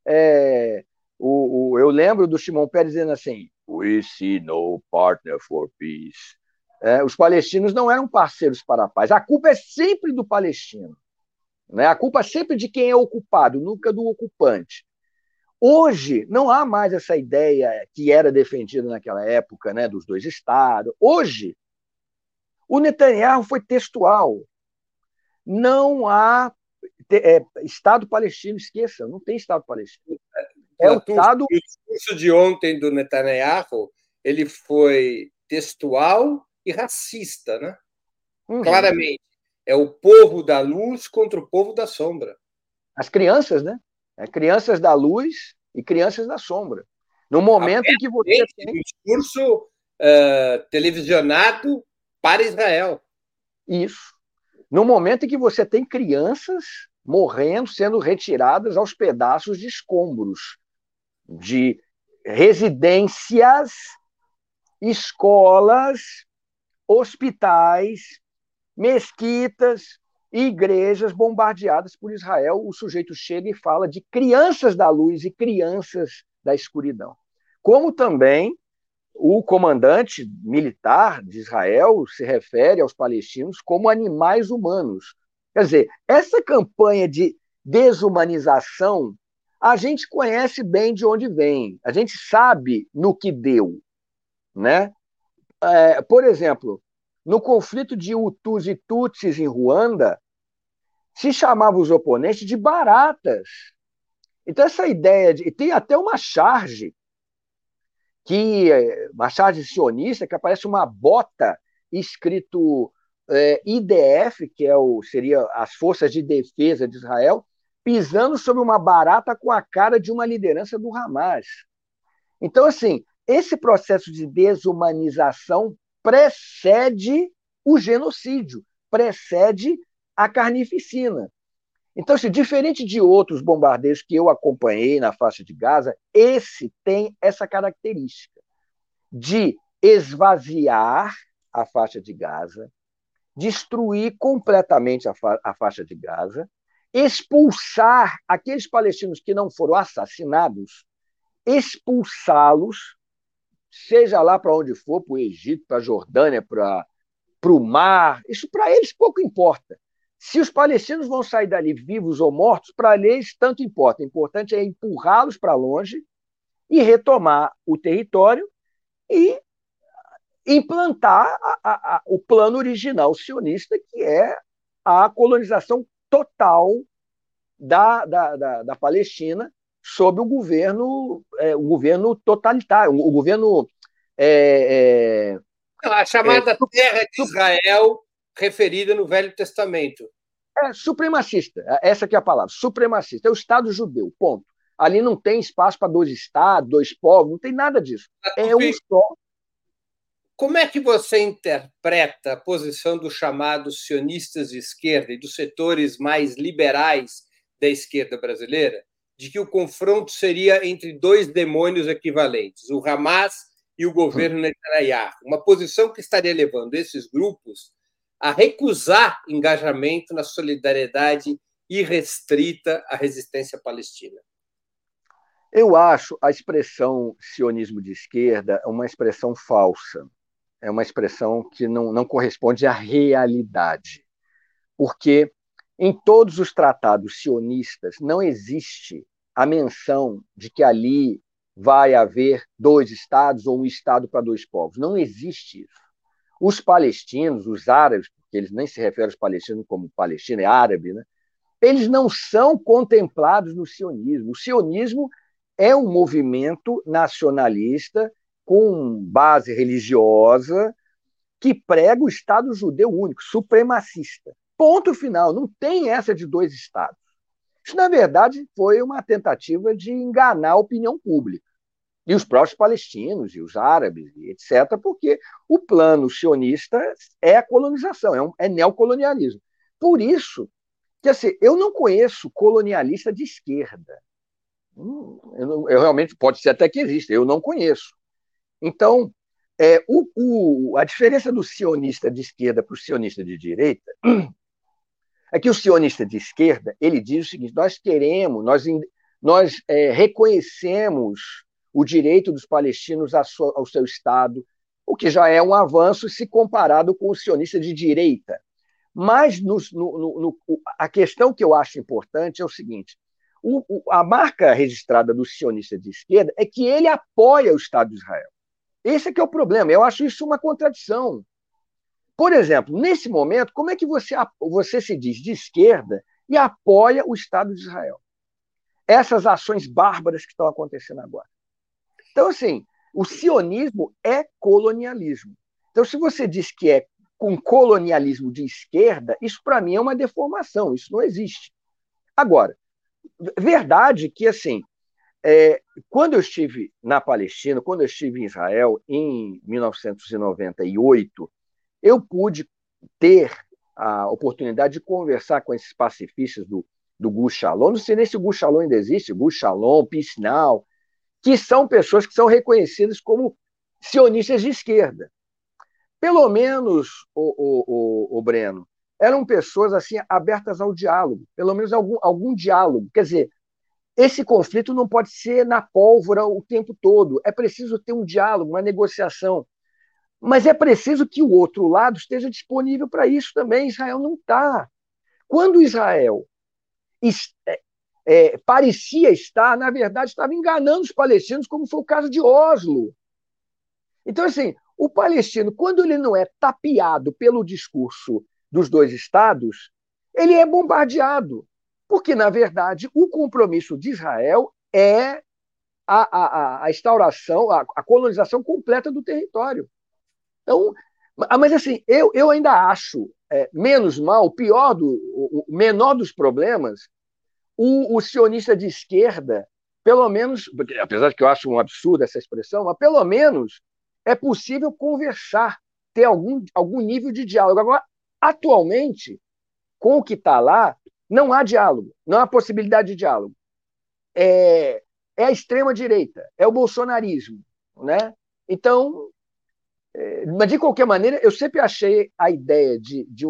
eu lembro do Shimon Peres dizendo assim, we see no partner for peace. Os palestinos não eram parceiros para a paz. A culpa é sempre do palestino. Né? A culpa é sempre de quem é ocupado, nunca do ocupante. Hoje, não há mais essa ideia que era defendida naquela época, né, dos dois estados. Hoje, o Netanyahu foi textual. Não há Estado palestino, esqueça, não tem Estado palestino. O discurso de ontem do Netanyahu, ele foi textual e racista, né? Claramente. É o povo da luz contra o povo da sombra. As crianças, né? Crianças da luz e crianças da sombra. No momento em que você tem... Um discurso televisionado para Israel. Isso. No momento em que você tem crianças morrendo, sendo retiradas aos pedaços de escombros, de residências, escolas, hospitais, mesquitas e igrejas bombardeadas por Israel, o sujeito chega e fala de crianças da luz e crianças da escuridão. Como também o comandante militar de Israel se refere aos palestinos como animais humanos. Quer dizer, essa campanha de desumanização, a gente conhece bem de onde vem, a gente sabe no que deu, né? Por exemplo, no conflito de Hutus e Tutsis em Ruanda, se chamava os oponentes de baratas. Então, essa ideia de. Tem até uma charge sionista, que aparece uma bota escrito IDF, que seria as Forças de Defesa de Israel, pisando sobre uma barata com a cara de uma liderança do Hamas. Então, assim, esse processo de desumanização precede o genocídio, precede a carnificina. Então, assim, diferente de outros bombardeios que eu acompanhei na faixa de Gaza, esse tem essa característica de esvaziar a faixa de Gaza, destruir completamente a faixa de Gaza, expulsar aqueles palestinos que não foram assassinados, expulsá-los, seja lá para onde for, para o Egito, para a Jordânia, para o mar, isso para eles pouco importa. Se os palestinos vão sair dali vivos ou mortos, para eles tanto importa. O importante é empurrá-los para longe e retomar o território e implantar o plano original sionista, que é a colonização total da Palestina sob o governo totalitário, o governo a chamada Terra de Israel, referida no Velho Testamento. Supremacista, essa que é a palavra, supremacista, é o Estado judeu, ponto. Ali não tem espaço para dois estados, dois povos, não tem nada disso. É um só. Como é que você interpreta a posição dos chamados sionistas de esquerda e dos setores mais liberais da esquerda brasileira, de que o confronto seria entre dois demônios equivalentes, o Hamas e o governo Netanyahu? Uma posição que estaria levando esses grupos a recusar engajamento na solidariedade irrestrita à resistência palestina. Eu acho a expressão sionismo de esquerda uma expressão falsa. É uma expressão que não corresponde à realidade. Porque em todos os tratados sionistas não existe a menção de que ali vai haver dois estados ou um estado para dois povos. Não existe isso. Os palestinos, os árabes, porque eles nem se referem aos palestinos como Palestina, é árabe, né? Eles não são contemplados no sionismo. O sionismo é um movimento nacionalista com base religiosa que prega o Estado judeu único, supremacista. Ponto final. Não tem essa de dois estados. Isso, na verdade, foi uma tentativa de enganar a opinião pública. E os próprios palestinos e os árabes, etc., porque o plano sionista é a colonização, é neocolonialismo. Por isso que assim, eu não conheço colonialista de esquerda. Eu realmente, pode ser até que exista, eu não conheço. Então, a diferença do sionista de esquerda para o sionista de direita é que o sionista de esquerda ele diz o seguinte: nós reconhecemos o direito dos palestinos ao seu Estado, o que já é um avanço se comparado com o sionista de direita. Mas a questão que eu acho importante é o seguinte: a marca registrada do sionista de esquerda é que ele apoia o Estado de Israel. Esse é que é o problema. Eu acho isso uma contradição. Por exemplo, nesse momento, como é que você se diz de esquerda e apoia o Estado de Israel? Essas ações bárbaras que estão acontecendo agora. Então, assim, o sionismo é colonialismo. Então, se você diz que é com colonialismo de esquerda, isso para mim é uma deformação, isso não existe. Agora, verdade que, assim, quando eu estive na Palestina, quando eu estive em Israel, em 1998, eu pude ter a oportunidade de conversar com esses pacifistas do Gush Shalom. Não sei nem se o Gush Shalom ainda existe, Gush Shalom, Peace Now, que são pessoas que são reconhecidas como sionistas de esquerda. Pelo menos, o Breno, eram pessoas assim abertas ao diálogo, pelo menos algum diálogo. Quer dizer, esse conflito não pode ser na pólvora o tempo todo. É preciso ter um diálogo, uma negociação. Mas é preciso que o outro lado esteja disponível para isso também. Israel não está. Quando Israel parecia estar, na verdade, estava enganando os palestinos, como foi o caso de Oslo. Então, assim, o palestino, quando ele não é tapeado pelo discurso dos dois estados, ele é bombardeado. Porque, na verdade, o compromisso de Israel é a instauração, a colonização completa do território. Então, mas assim, eu ainda acho menos mal, o menor dos problemas, o sionista de esquerda, pelo menos, apesar de que eu acho um absurdo essa expressão, mas pelo menos é possível conversar, ter algum nível de diálogo. Agora, atualmente, com o que está lá, não há diálogo, não há possibilidade de diálogo. É a extrema-direita, é o bolsonarismo. Né? Então, mas, de qualquer maneira, eu sempre achei a ideia de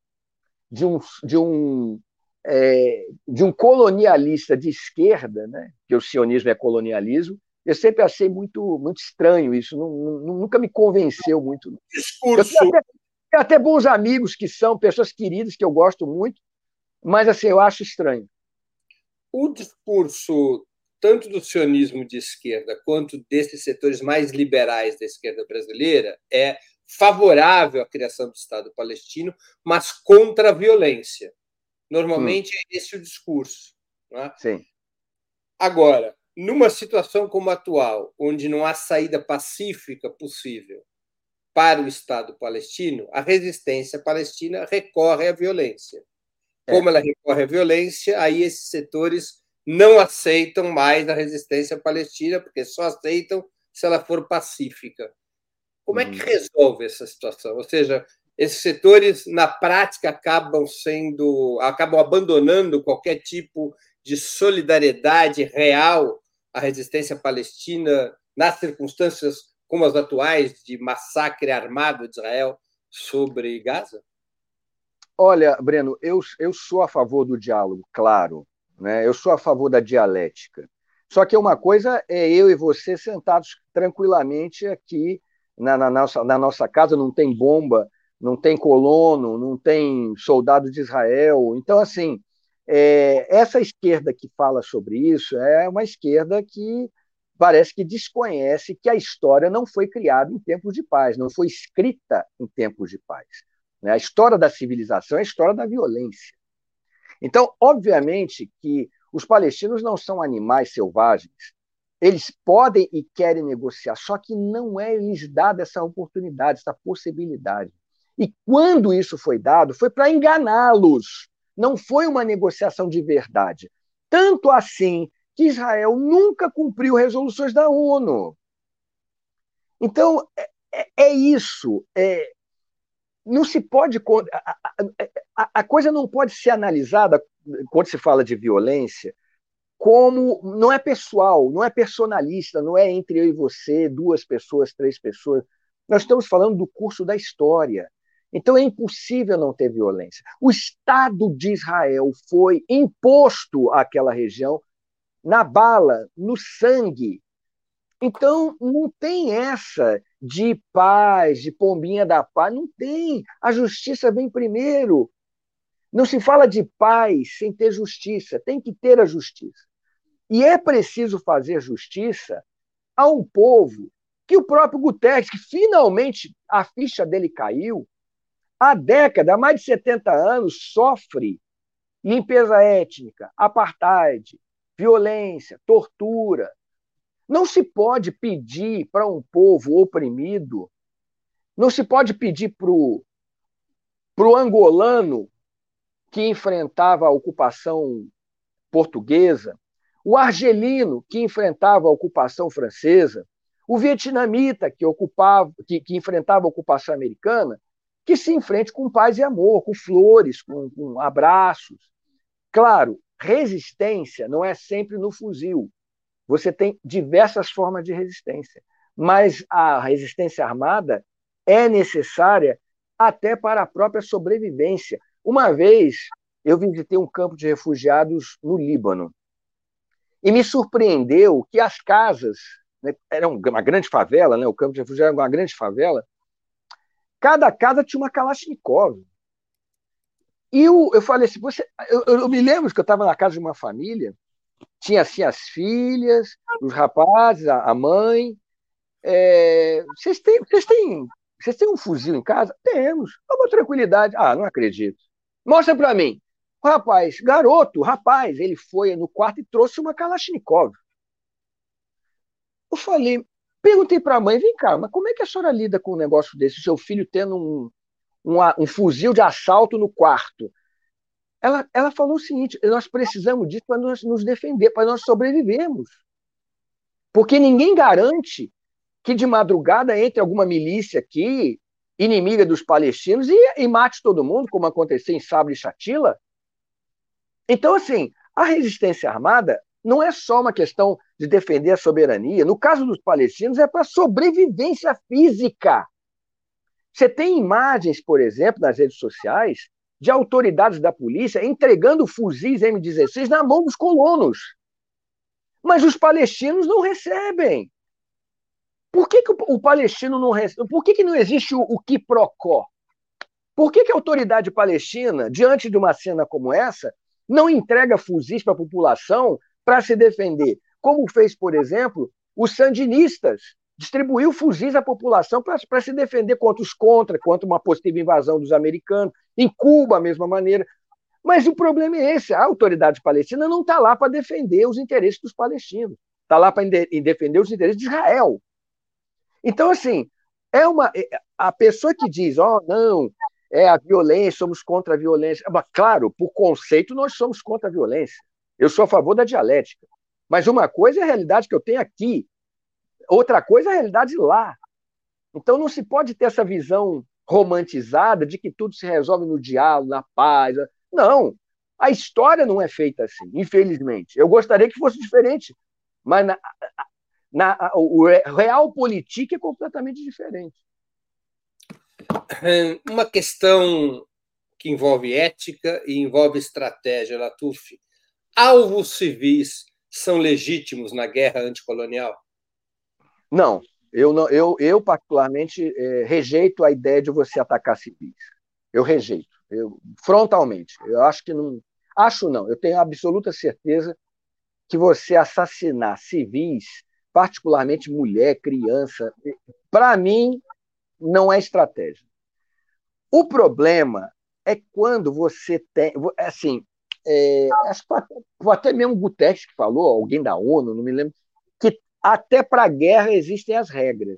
um colonialista de esquerda, né? Que o sionismo é colonialismo, eu sempre achei muito, muito estranho isso, nunca me convenceu muito. Eu Discurso. tenho até bons amigos que são pessoas queridas, que eu gosto muito, mas assim, eu acho estranho. O discurso tanto do sionismo de esquerda quanto desses setores mais liberais da esquerda brasileira é favorável à criação do Estado palestino, mas contra a violência. Normalmente é esse o discurso. Não é? Sim. Agora, numa situação como a atual, onde não há saída pacífica possível para o Estado palestino, a resistência palestina recorre à violência. Como ela recorre à violência, aí esses setores não aceitam mais a resistência palestina, porque só aceitam se ela for pacífica. Como é que resolve essa situação? Ou seja, esses setores, na prática, acabam abandonando qualquer tipo de solidariedade real à resistência palestina nas circunstâncias como as atuais de massacre armado de Israel sobre Gaza? Olha, Breno, eu sou a favor do diálogo, claro, né? Eu sou a favor da dialética. Só que uma coisa é eu e você sentados tranquilamente aqui na nossa casa, não tem bomba, não tem colono, não tem soldado de Israel. Então, assim, essa esquerda que fala sobre isso é uma esquerda que parece que desconhece que a história não foi criada em tempos de paz, não foi escrita em tempos de paz. A história da civilização é a história da violência. Então, obviamente que os palestinos não são animais selvagens. Eles podem e querem negociar, só que não é lhes dada essa oportunidade, essa possibilidade. E quando isso foi dado, foi para enganá-los. Não foi uma negociação de verdade. Tanto assim que Israel nunca cumpriu resoluções da ONU. Então, é isso. Não se pode. A coisa não pode ser analisada, quando se fala de violência, como. Não é pessoal, não é personalista, não é entre eu e você, duas pessoas, três pessoas. Nós estamos falando do curso da história. Então é impossível não ter violência. O Estado de Israel foi imposto àquela região na bala, no sangue. Então, não tem essa de paz, de pombinha da paz, não tem. A justiça vem primeiro. Não se fala de paz sem ter justiça, tem que ter a justiça. E é preciso fazer justiça a um povo que o próprio Guterres, que finalmente a ficha dele caiu, há décadas, há mais de 70 anos, sofre limpeza étnica, apartheid, violência, tortura. Não se pode pedir para um povo oprimido, não se pode pedir para o angolano que enfrentava a ocupação portuguesa, o argelino que enfrentava a ocupação francesa, o vietnamita que enfrentava a ocupação americana, que se enfrente com paz e amor, com flores, com abraços. Claro, resistência não é sempre no fuzil. Você tem diversas formas de resistência, mas a resistência armada é necessária até para a própria sobrevivência. Uma vez eu visitei um campo de refugiados no Líbano e me surpreendeu que as casas, né, era uma grande favela, né, o campo de refugiados era uma grande favela, cada casa tinha uma Kalashnikov. E eu falei assim, eu me lembro que eu estava na casa de uma família, tinha assim as filhas, os rapazes, a mãe. Vocês têm um fuzil em casa? Temos. Uma tranquilidade. Ah, não acredito. Mostra para mim. O rapaz, rapaz, ele foi no quarto e trouxe uma Kalashnikov. Eu falei, perguntei para a mãe, vem cá, mas como é que a senhora lida com um negócio desse? O seu filho tendo um fuzil de assalto no quarto. Ela falou o seguinte, nós precisamos disso para nós nos defender, para nós sobrevivermos. Porque ninguém garante que de madrugada entre alguma milícia aqui, inimiga dos palestinos, e mate todo mundo, como aconteceu em Sabra e Shatila. Então, assim, a resistência armada não é só uma questão de defender a soberania. No caso dos palestinos, é para sobrevivência física. Você tem imagens, por exemplo, nas redes sociais, de autoridades da polícia entregando fuzis M16 na mão dos colonos. Mas os palestinos não recebem. Por que o palestino não recebe? Por que não existe o quiprocó? Por que a autoridade palestina, diante de uma cena como essa, não entrega fuzis para a população para se defender? Como fez, por exemplo, os sandinistas, distribuiu fuzis à população para se defender contra uma possível invasão dos americanos. Em Cuba, a mesma maneira. Mas o problema é esse, a autoridade palestina não está lá para defender os interesses dos palestinos, está lá para defender os interesses de Israel. Então, assim, a pessoa que diz, não, é a violência, somos contra a violência. Mas, claro, por conceito, nós somos contra a violência. Eu sou a favor da dialética. Mas uma coisa é a realidade que eu tenho aqui, outra coisa é a realidade lá. Então, não se pode ter essa visão romantizada de que tudo se resolve no diálogo, na paz. Não, a história não é feita assim, infelizmente. Eu gostaria que fosse diferente, mas o realpolitik é completamente diferente. Uma questão que envolve ética e envolve estratégia, Latuf. Alvos civis são legítimos na guerra anticolonial? Não, eu particularmente rejeito a ideia de você atacar civis. Eu rejeito, frontalmente. Eu acho que não. Acho não, eu tenho absoluta certeza que você assassinar civis, particularmente mulher, criança, para mim, não é estratégia. O problema é quando você tem. Assim, acho que foi até mesmo Guterres que falou, alguém da ONU, não me lembro, que até para a guerra existem as regras.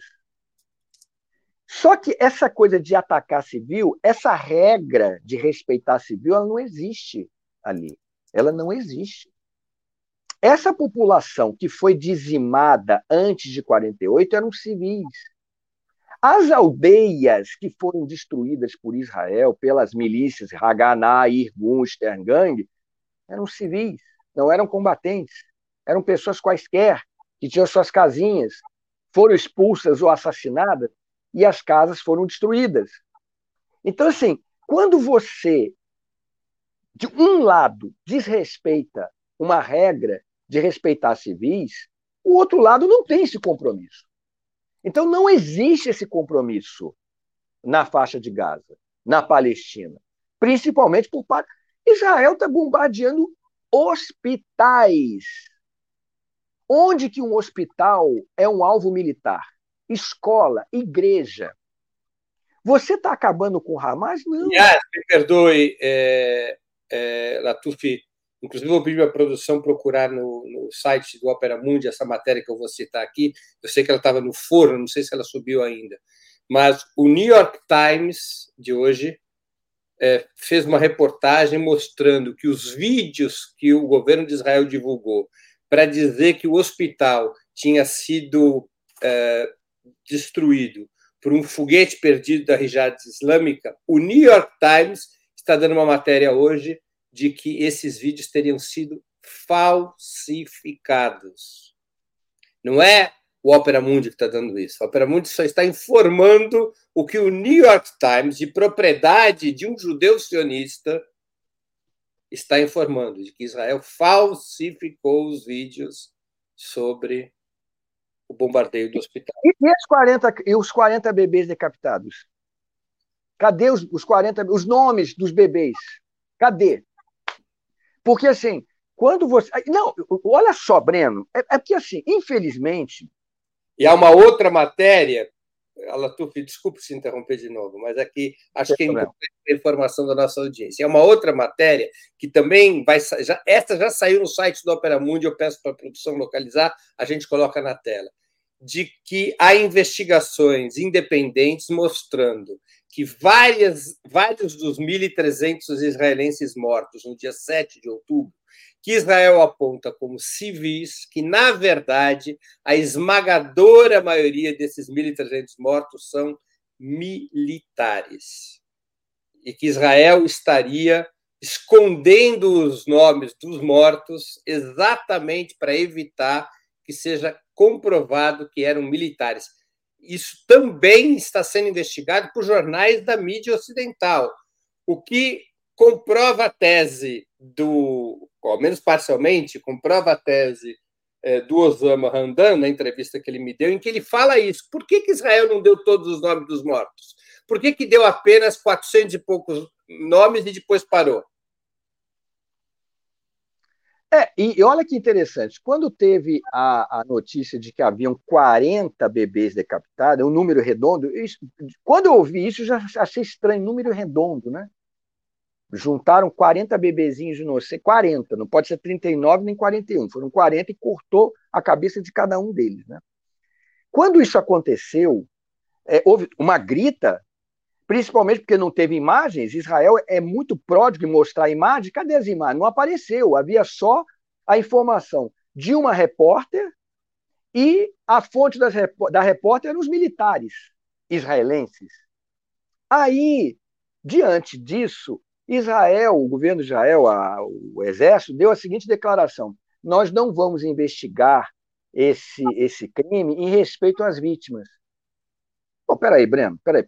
Só que essa coisa de atacar civil, essa regra de respeitar civil, ela não existe ali. Ela não existe. Essa população que foi dizimada antes de 48 eram civis. As aldeias que foram destruídas por Israel, pelas milícias Haganah, Irgun, Sterngang, eram civis, não eram combatentes. Eram pessoas quaisquer que tinham suas casinhas, foram expulsas ou assassinadas e as casas foram destruídas. Então, assim, quando você, de um lado, desrespeita uma regra de respeitar civis, o outro lado não tem esse compromisso. Então, não existe esse compromisso na faixa de Gaza, na Palestina, principalmente por parte. Israel está bombardeando hospitais. Onde que um hospital é um alvo militar? Escola, igreja. Você está acabando com o Hamas? Não. Me perdoe, Latuf. Inclusive, vou pedir para a produção procurar no site do Opera Mundi essa matéria que eu vou citar aqui. Eu sei que ela estava no forno, não sei se ela subiu ainda. Mas o New York Times, de hoje, fez uma reportagem mostrando que os vídeos que o governo de Israel divulgou para dizer que o hospital tinha sido destruído por um foguete perdido da Jihad Islâmica, o New York Times está dando uma matéria hoje de que esses vídeos teriam sido falsificados. Não é o Opera Mundi que está dando isso. O Opera Mundi só está informando o que o New York Times, de propriedade de um judeu sionista, está informando, de que Israel falsificou os vídeos sobre o bombardeio do hospital. E os 40 bebês decapitados? Cadê os 40, os nomes dos bebês? Cadê? Porque, assim, quando você... Não, olha só, Breno, é porque, assim, infelizmente... E há uma outra matéria, Alatuf, desculpe se interromper de novo, mas aqui acho que é importante a informação da nossa audiência. É uma outra matéria que também vai... Esta já saiu no site do Opera Mundi, eu peço para a produção localizar, a gente coloca na tela, de que há investigações independentes mostrando que vários dos 1.300 israelenses mortos no dia 7 de outubro, que Israel aponta como civis, que, na verdade, a esmagadora maioria desses 1.300 mortos são militares. E que Israel estaria escondendo os nomes dos mortos exatamente para evitar que seja comprovado que eram militares. Isso também está sendo investigado por jornais da mídia ocidental, o que comprova a tese ao menos parcialmente, comprova a tese do Osama Hamdan, na entrevista que ele me deu, em que ele fala isso. Por que Israel não deu todos os nomes dos mortos? Por que deu apenas 400 e poucos nomes e depois parou? E olha que interessante, quando teve a notícia de que haviam 40 bebês decapitados, um número redondo, quando eu ouvi isso, eu já achei estranho, número redondo, né? Juntaram 40 bebezinhos inocentes, 40, não pode ser 39 nem 41, foram 40 e cortou a cabeça de cada um deles, né? Quando isso aconteceu, houve uma grita, principalmente porque não teve imagens. Israel é muito pródigo em mostrar imagens. Cadê as imagens? Não apareceu. Havia só a informação de uma repórter e a fonte da repórter eram os militares israelenses. Aí, diante disso, o governo de Israel, o exército, deu a seguinte declaração: nós não vamos investigar esse crime em respeito às vítimas. Pô, peraí, Breno, peraí.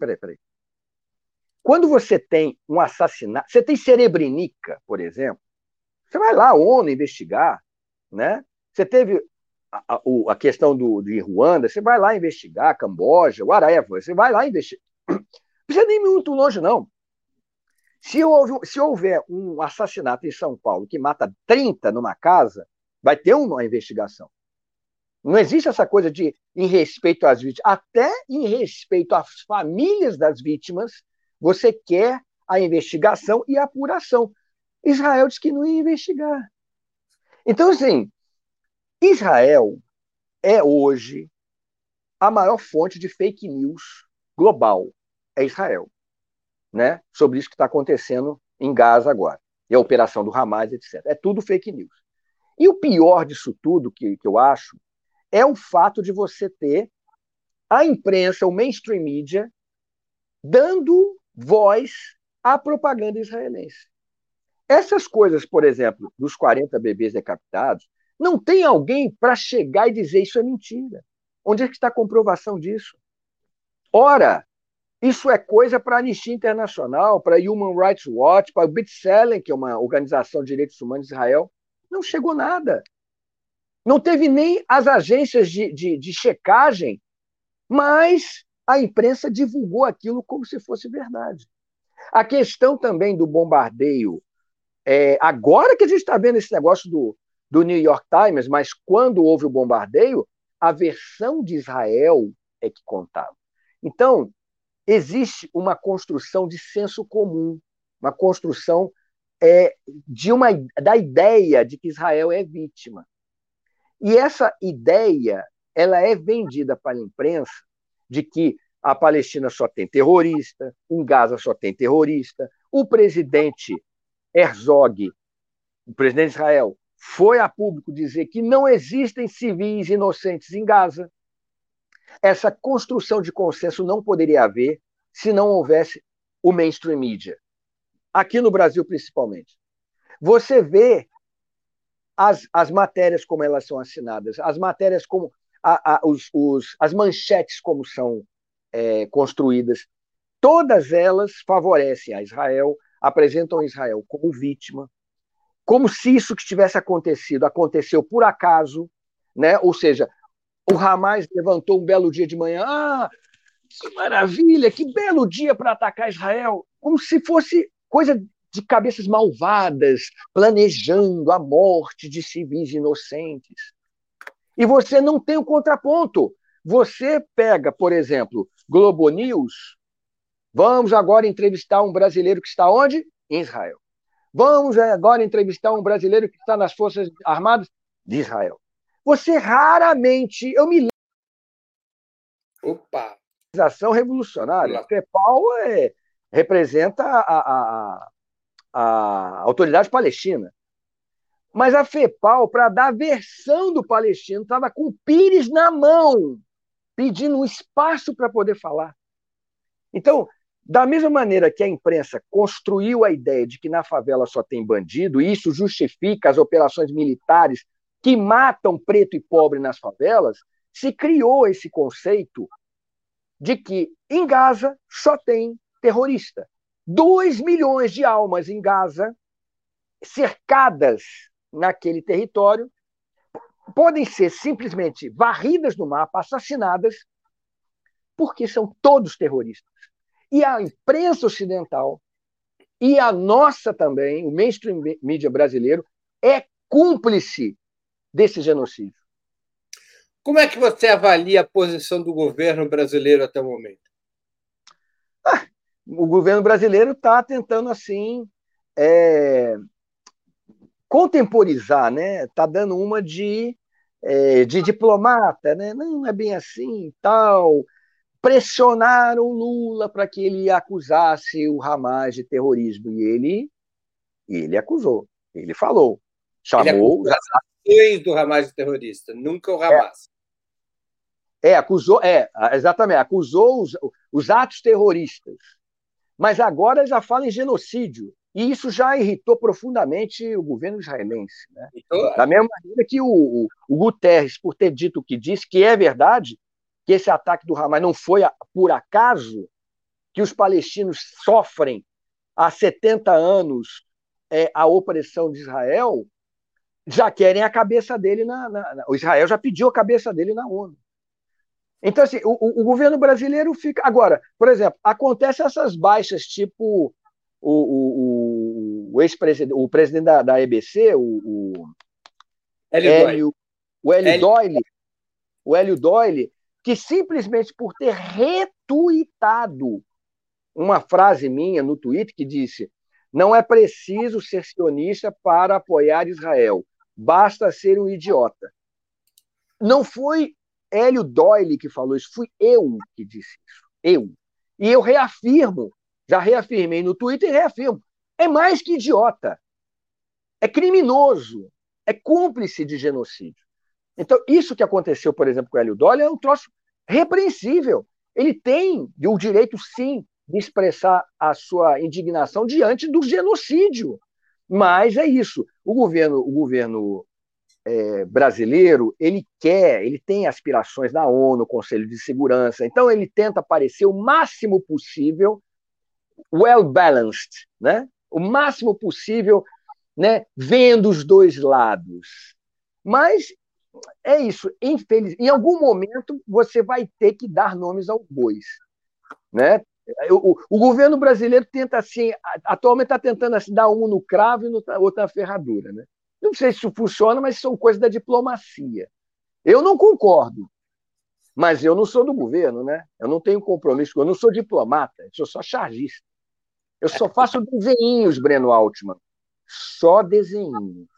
Quando você tem um assassinato, você tem Srebrenica, por exemplo, você vai lá, a ONU, investigar, né? Você teve a questão de Ruanda, você vai lá investigar, Camboja, whatever, você vai lá investigar. Não precisa nem muito longe, não. Se houver um assassinato em São Paulo que mata 30 numa casa, vai ter uma investigação. Não existe essa coisa de em respeito às vítimas. Até em respeito às famílias das vítimas, você quer a investigação e a apuração. Israel diz que não ia investigar. Então, assim, Israel é hoje a maior fonte de fake news global. É Israel, né? Sobre isso que está acontecendo em Gaza agora. E a operação do Hamas, etc. É tudo fake news. E o pior disso tudo, que eu acho, é o fato de você ter a imprensa, o mainstream media, dando voz à propaganda israelense. Essas coisas, por exemplo, dos 40 bebês decapitados, não tem alguém para chegar e dizer isso é mentira. Onde é que está a comprovação disso? Ora, isso é coisa para a Anistia Internacional, para a Human Rights Watch, para o B'Tselem, que é uma organização de direitos humanos de Israel. Não chegou nada. Não teve nem as agências de checagem, mas a imprensa divulgou aquilo como se fosse verdade. A questão também do bombardeio, agora que a gente está vendo esse negócio do New York Times, mas quando houve o bombardeio, a versão de Israel é que contava. Então, existe uma construção de senso comum, uma construção da ideia de que Israel é vítima. E essa ideia ela é vendida para a imprensa de que a Palestina só tem terrorista, em Gaza só tem terrorista. O presidente Herzog, o presidente de Israel, foi a público dizer que não existem civis inocentes em Gaza. Essa construção de consenso não poderia haver se não houvesse o mainstream media. Aqui no Brasil, principalmente. Você vê as matérias como elas são assinadas, as matérias como as manchetes como são construídas, todas elas favorecem a Israel, apresentam Israel como vítima, como se isso que tivesse acontecido aconteceu por acaso, né? Ou seja, o Hamas levantou um belo dia de manhã, que maravilha, que belo dia para atacar Israel, como se fosse coisa de cabeças malvadas, planejando a morte de civis inocentes. E você não tem o contraponto. Você pega, por exemplo, Globo News, vamos agora entrevistar um brasileiro que está onde? Em Israel. Vamos agora entrevistar um brasileiro que está nas Forças Armadas de Israel. Você raramente, eu me lembro. Opa! Organização revolucionária. FEPAL representa a autoridade palestina. Mas a FEPAL, para dar a versão do palestino, estava com o Pires na mão, pedindo um espaço para poder falar. Então, da mesma maneira que a imprensa construiu a ideia de que na favela só tem bandido, e isso justifica as operações militares que matam preto e pobre nas favelas, se criou esse conceito de que em Gaza só tem terrorista. 2 milhões de almas em Gaza, cercadas naquele território, podem ser simplesmente varridas no mapa, assassinadas, porque são todos terroristas. E a imprensa ocidental, e a nossa também, o mainstream mídia brasileiro, é cúmplice desse genocídio. Como é que você avalia a posição do governo brasileiro até o momento? O governo brasileiro está tentando, assim, contemporizar, né? Está dando uma de diplomata, né? Não é bem assim, tal. Pressionaram o Lula para que ele acusasse o Hamas de terrorismo. E ele acusou, ele falou, chamou. Ele acusou as ações do Hamas de terrorista, nunca o Hamas. Acusou, exatamente, acusou os atos terroristas. Mas agora já fala em genocídio. E isso já irritou profundamente o governo israelense. Né? Da mesma maneira que o Guterres, por ter dito o que disse, que é verdade, que esse ataque do Hamas não foi por acaso, que os palestinos sofrem há 70 anos a opressão de Israel, já querem a cabeça dele o Israel já pediu a cabeça dele na ONU. Então, assim, o governo brasileiro fica. Agora, por exemplo, acontecem essas baixas, tipo o ex-presidente, o presidente da EBC, o Hélio Doyle, que simplesmente por ter retuitado uma frase minha no Twitter que disse: não é preciso ser sionista para apoiar Israel, basta ser um idiota. Não foi Hélio Doyle que falou isso, fui eu que disse isso. Eu. E eu reafirmo, já reafirmei no Twitter e reafirmo, é mais que idiota. É criminoso, é cúmplice de genocídio. Então, isso que aconteceu, por exemplo, com o Hélio Doyle é um troço repreensível. Ele tem o direito, sim, de expressar a sua indignação diante do genocídio. Mas é isso. O governo brasileiro, ele tem aspirações na ONU, Conselho de Segurança, então ele tenta parecer o máximo possível well-balanced, né? O máximo possível, né? Vendo os dois lados. Mas é isso, em algum momento você vai ter que dar nomes aos bois, né? O governo brasileiro tenta assim, atualmente está tentando assim, dar um no cravo e outro na ferradura, né? Não sei se isso funciona, mas são coisas da diplomacia. Eu não concordo, mas eu não sou do governo, né? Eu não tenho compromisso, eu não sou diplomata, eu sou só chargista. Eu só faço desenhinhos, Breno Altman. Só desenhinhos.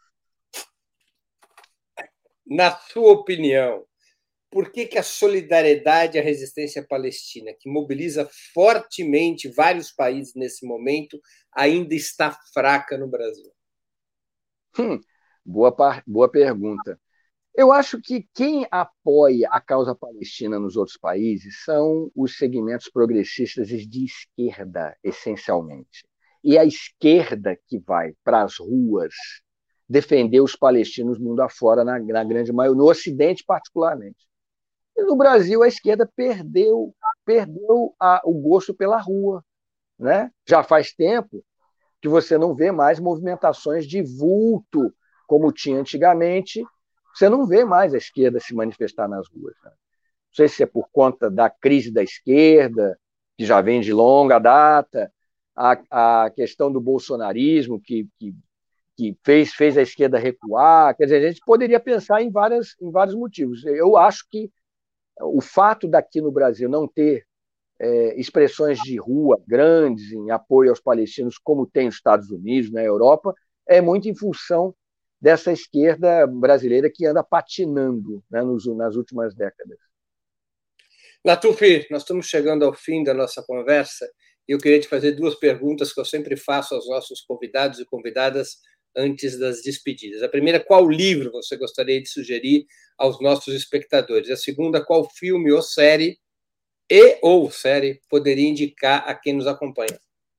Na sua opinião, por que a solidariedade à resistência palestina, que mobiliza fortemente vários países nesse momento, ainda está fraca no Brasil? Boa pergunta. Eu acho que quem apoia a causa palestina nos outros países são os segmentos progressistas de esquerda, essencialmente. E a esquerda que vai para as ruas defender os palestinos mundo afora, na grande maioria, no Ocidente particularmente. E no Brasil, a esquerda perdeu o gosto pela rua. Né? Já faz tempo que você não vê mais movimentações de vulto como tinha antigamente. Você não vê mais a esquerda se manifestar nas ruas. Né? Não sei se é por conta da crise da esquerda, que já vem de longa data, a questão do bolsonarismo, que fez a esquerda recuar. Quer dizer, a gente poderia pensar em vários motivos. Eu acho que o fato daqui no Brasil não ter expressões de rua grandes em apoio aos palestinos, como tem nos Estados Unidos, na Europa, é muito em função dessa esquerda brasileira que anda patinando, né, nas últimas décadas. Latuf, nós estamos chegando ao fim da nossa conversa e eu queria te fazer duas perguntas que eu sempre faço aos nossos convidados e convidadas antes das despedidas. A primeira, qual livro você gostaria de sugerir aos nossos espectadores? A segunda, qual filme ou série poderia indicar a quem nos acompanha?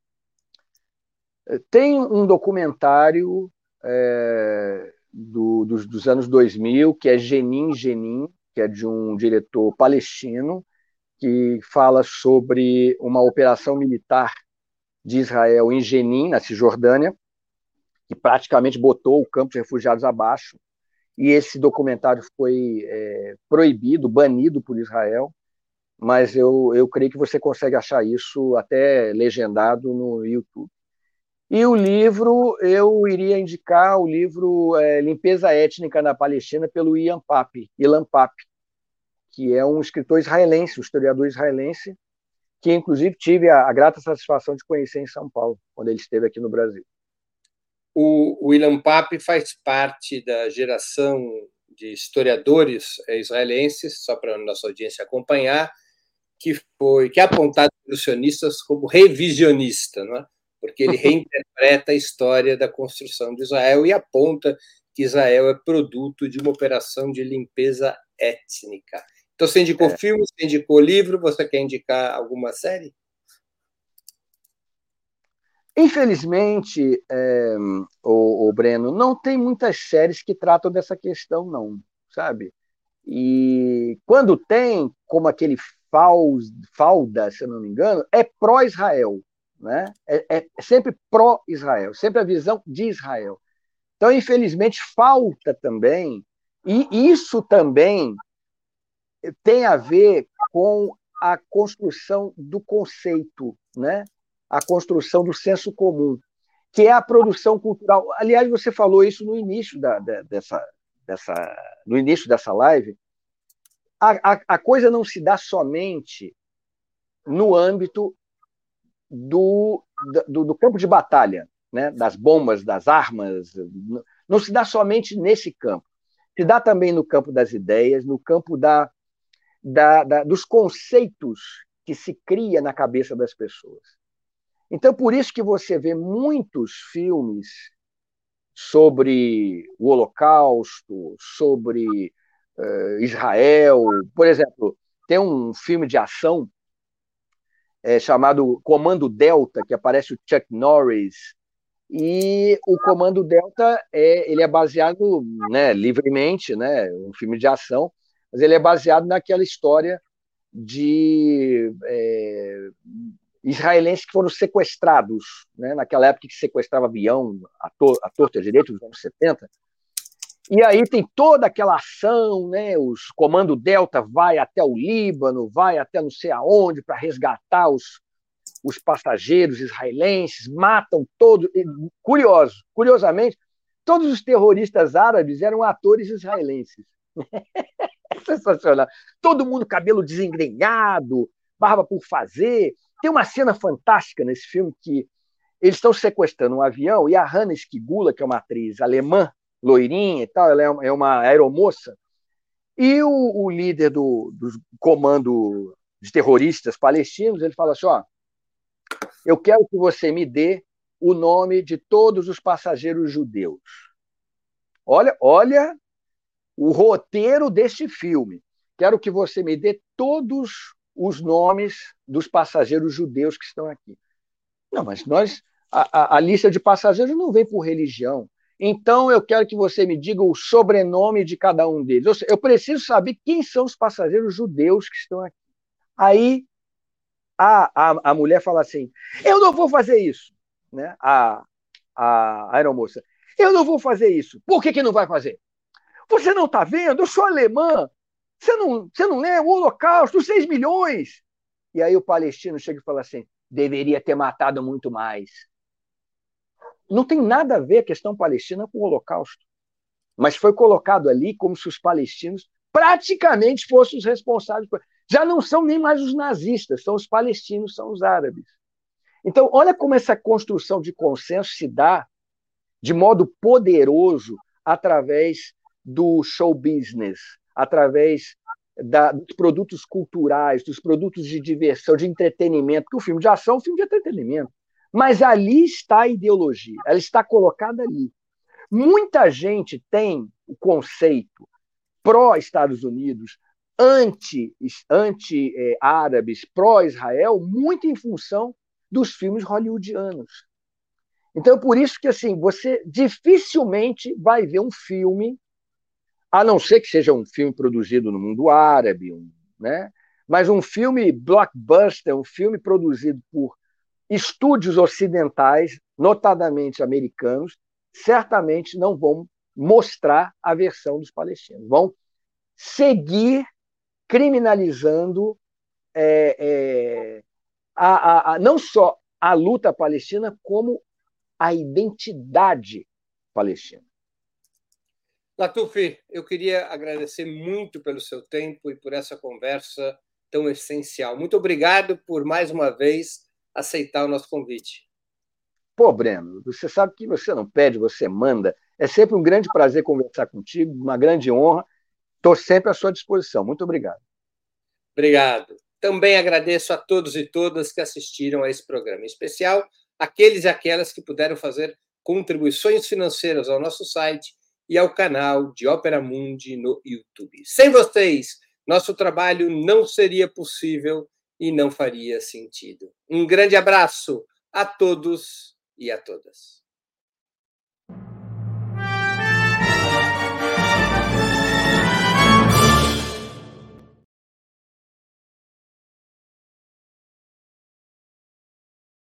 Tem um documentário dos anos 2000, que é Jenin Jenin, que é de um diretor palestino, que fala sobre uma operação militar de Israel em Jenin, na Cisjordânia, que praticamente botou o campo de refugiados abaixo. E esse documentário foi proibido, banido por Israel, mas eu creio que você consegue achar isso até legendado no YouTube. E o livro, eu iria indicar o livro Limpeza Étnica na Palestina, pelo Ilan Pappé, que é um escritor israelense, um historiador israelense, que inclusive tive a grata satisfação de conhecer em São Paulo, quando ele esteve aqui no Brasil. O Ilan Pappé faz parte da geração de historiadores israelenses, só para a nossa audiência acompanhar, que é apontado pelos sionistas como revisionista, não é? Porque ele reinterpreta a história da construção de Israel e aponta que Israel é produto de uma operação de limpeza étnica. Então, você indicou filme, você indicou livro, você quer indicar alguma série? Infelizmente, o Breno, não tem muitas séries que tratam dessa questão, não, sabe? E quando tem, como aquele Falda, se eu não me engano, é pró-Israel, né? É sempre pró-Israel, sempre a visão de Israel. Então, infelizmente, falta também, e isso também tem a ver com a construção do conceito, né? A construção do senso comum, que é a produção cultural. Aliás, você falou isso no início no início dessa live. A coisa não se dá somente no âmbito do campo de batalha, né? Das bombas, das armas. Não se dá somente nesse campo. Se dá também no campo das ideias, no campo dos conceitos que se cria na cabeça das pessoas. Então, por isso que você vê muitos filmes sobre o Holocausto, sobre Israel. Por exemplo, tem um filme de ação chamado Comando Delta, que aparece o Chuck Norris, e o Comando Delta ele é baseado, né, livremente, né, um filme de ação, mas ele é baseado naquela história de israelenses que foram sequestrados, né, naquela época que sequestrava avião à torta e à direita, nos anos 70. E aí tem toda aquela ação, né? Os Comando Delta vai até o Líbano, vai até não sei aonde para resgatar os passageiros israelenses, matam todos. Curiosamente, todos os terroristas árabes eram atores israelenses. Sensacional. Todo mundo cabelo desengrenhado, barba por fazer. Tem uma cena fantástica nesse filme que eles estão sequestrando um avião e a Hanna Skigula, que é uma atriz alemã, loirinha e tal, ela é uma aeromoça, e o líder do comando de terroristas palestinos, ele fala assim, ó, eu quero que você me dê o nome de todos os passageiros judeus. Olha o roteiro deste filme. Quero que você me dê todos os nomes dos passageiros judeus que estão aqui. Não, mas a lista de passageiros não vem por religião. Então, eu quero que você me diga o sobrenome de cada um deles. Eu preciso saber quem são os passageiros judeus que estão aqui. Aí, a mulher fala assim, eu não vou fazer isso. Né? A aeromoça, eu não vou fazer isso. Por que não vai fazer? Você não está vendo? Eu sou alemã. Você não lembra? O Holocausto, 6 milhões. E aí o palestino chega e fala assim, deveria ter matado muito mais. Não tem nada a ver a questão palestina com o Holocausto. Mas foi colocado ali como se os palestinos praticamente fossem os responsáveis. Já não são nem mais os nazistas, são os palestinos, são os árabes. Então, olha como essa construção de consenso se dá de modo poderoso através do show business, através dos produtos culturais, dos produtos de diversão, de entretenimento, porque o filme de ação é um filme de entretenimento. Mas ali está a ideologia, ela está colocada ali. Muita gente tem o conceito pró-Estados Unidos, anti-árabes, pró-Israel, muito em função dos filmes hollywoodianos. Então, por isso que assim, você dificilmente vai ver um filme, a não ser que seja um filme produzido no mundo árabe, né? Mas um filme blockbuster, um filme produzido por estúdios ocidentais, notadamente americanos, certamente não vão mostrar a versão dos palestinos. Vão seguir criminalizando não só a luta palestina, como a identidade palestina. Latuf, eu queria agradecer muito pelo seu tempo e por essa conversa tão essencial. Muito obrigado por, mais uma vez, aceitar o nosso convite. Pô, Breno, você sabe que você não pede, você manda. É sempre um grande prazer conversar contigo, uma grande honra. Estou sempre à sua disposição. Muito obrigado. Obrigado. Também agradeço a todos e todas que assistiram a esse programa, em especial aqueles e aquelas que puderam fazer contribuições financeiras ao nosso site e ao canal de Ópera Mundi no YouTube. Sem vocês, nosso trabalho não seria possível e não faria sentido. Um grande abraço a todos e a todas.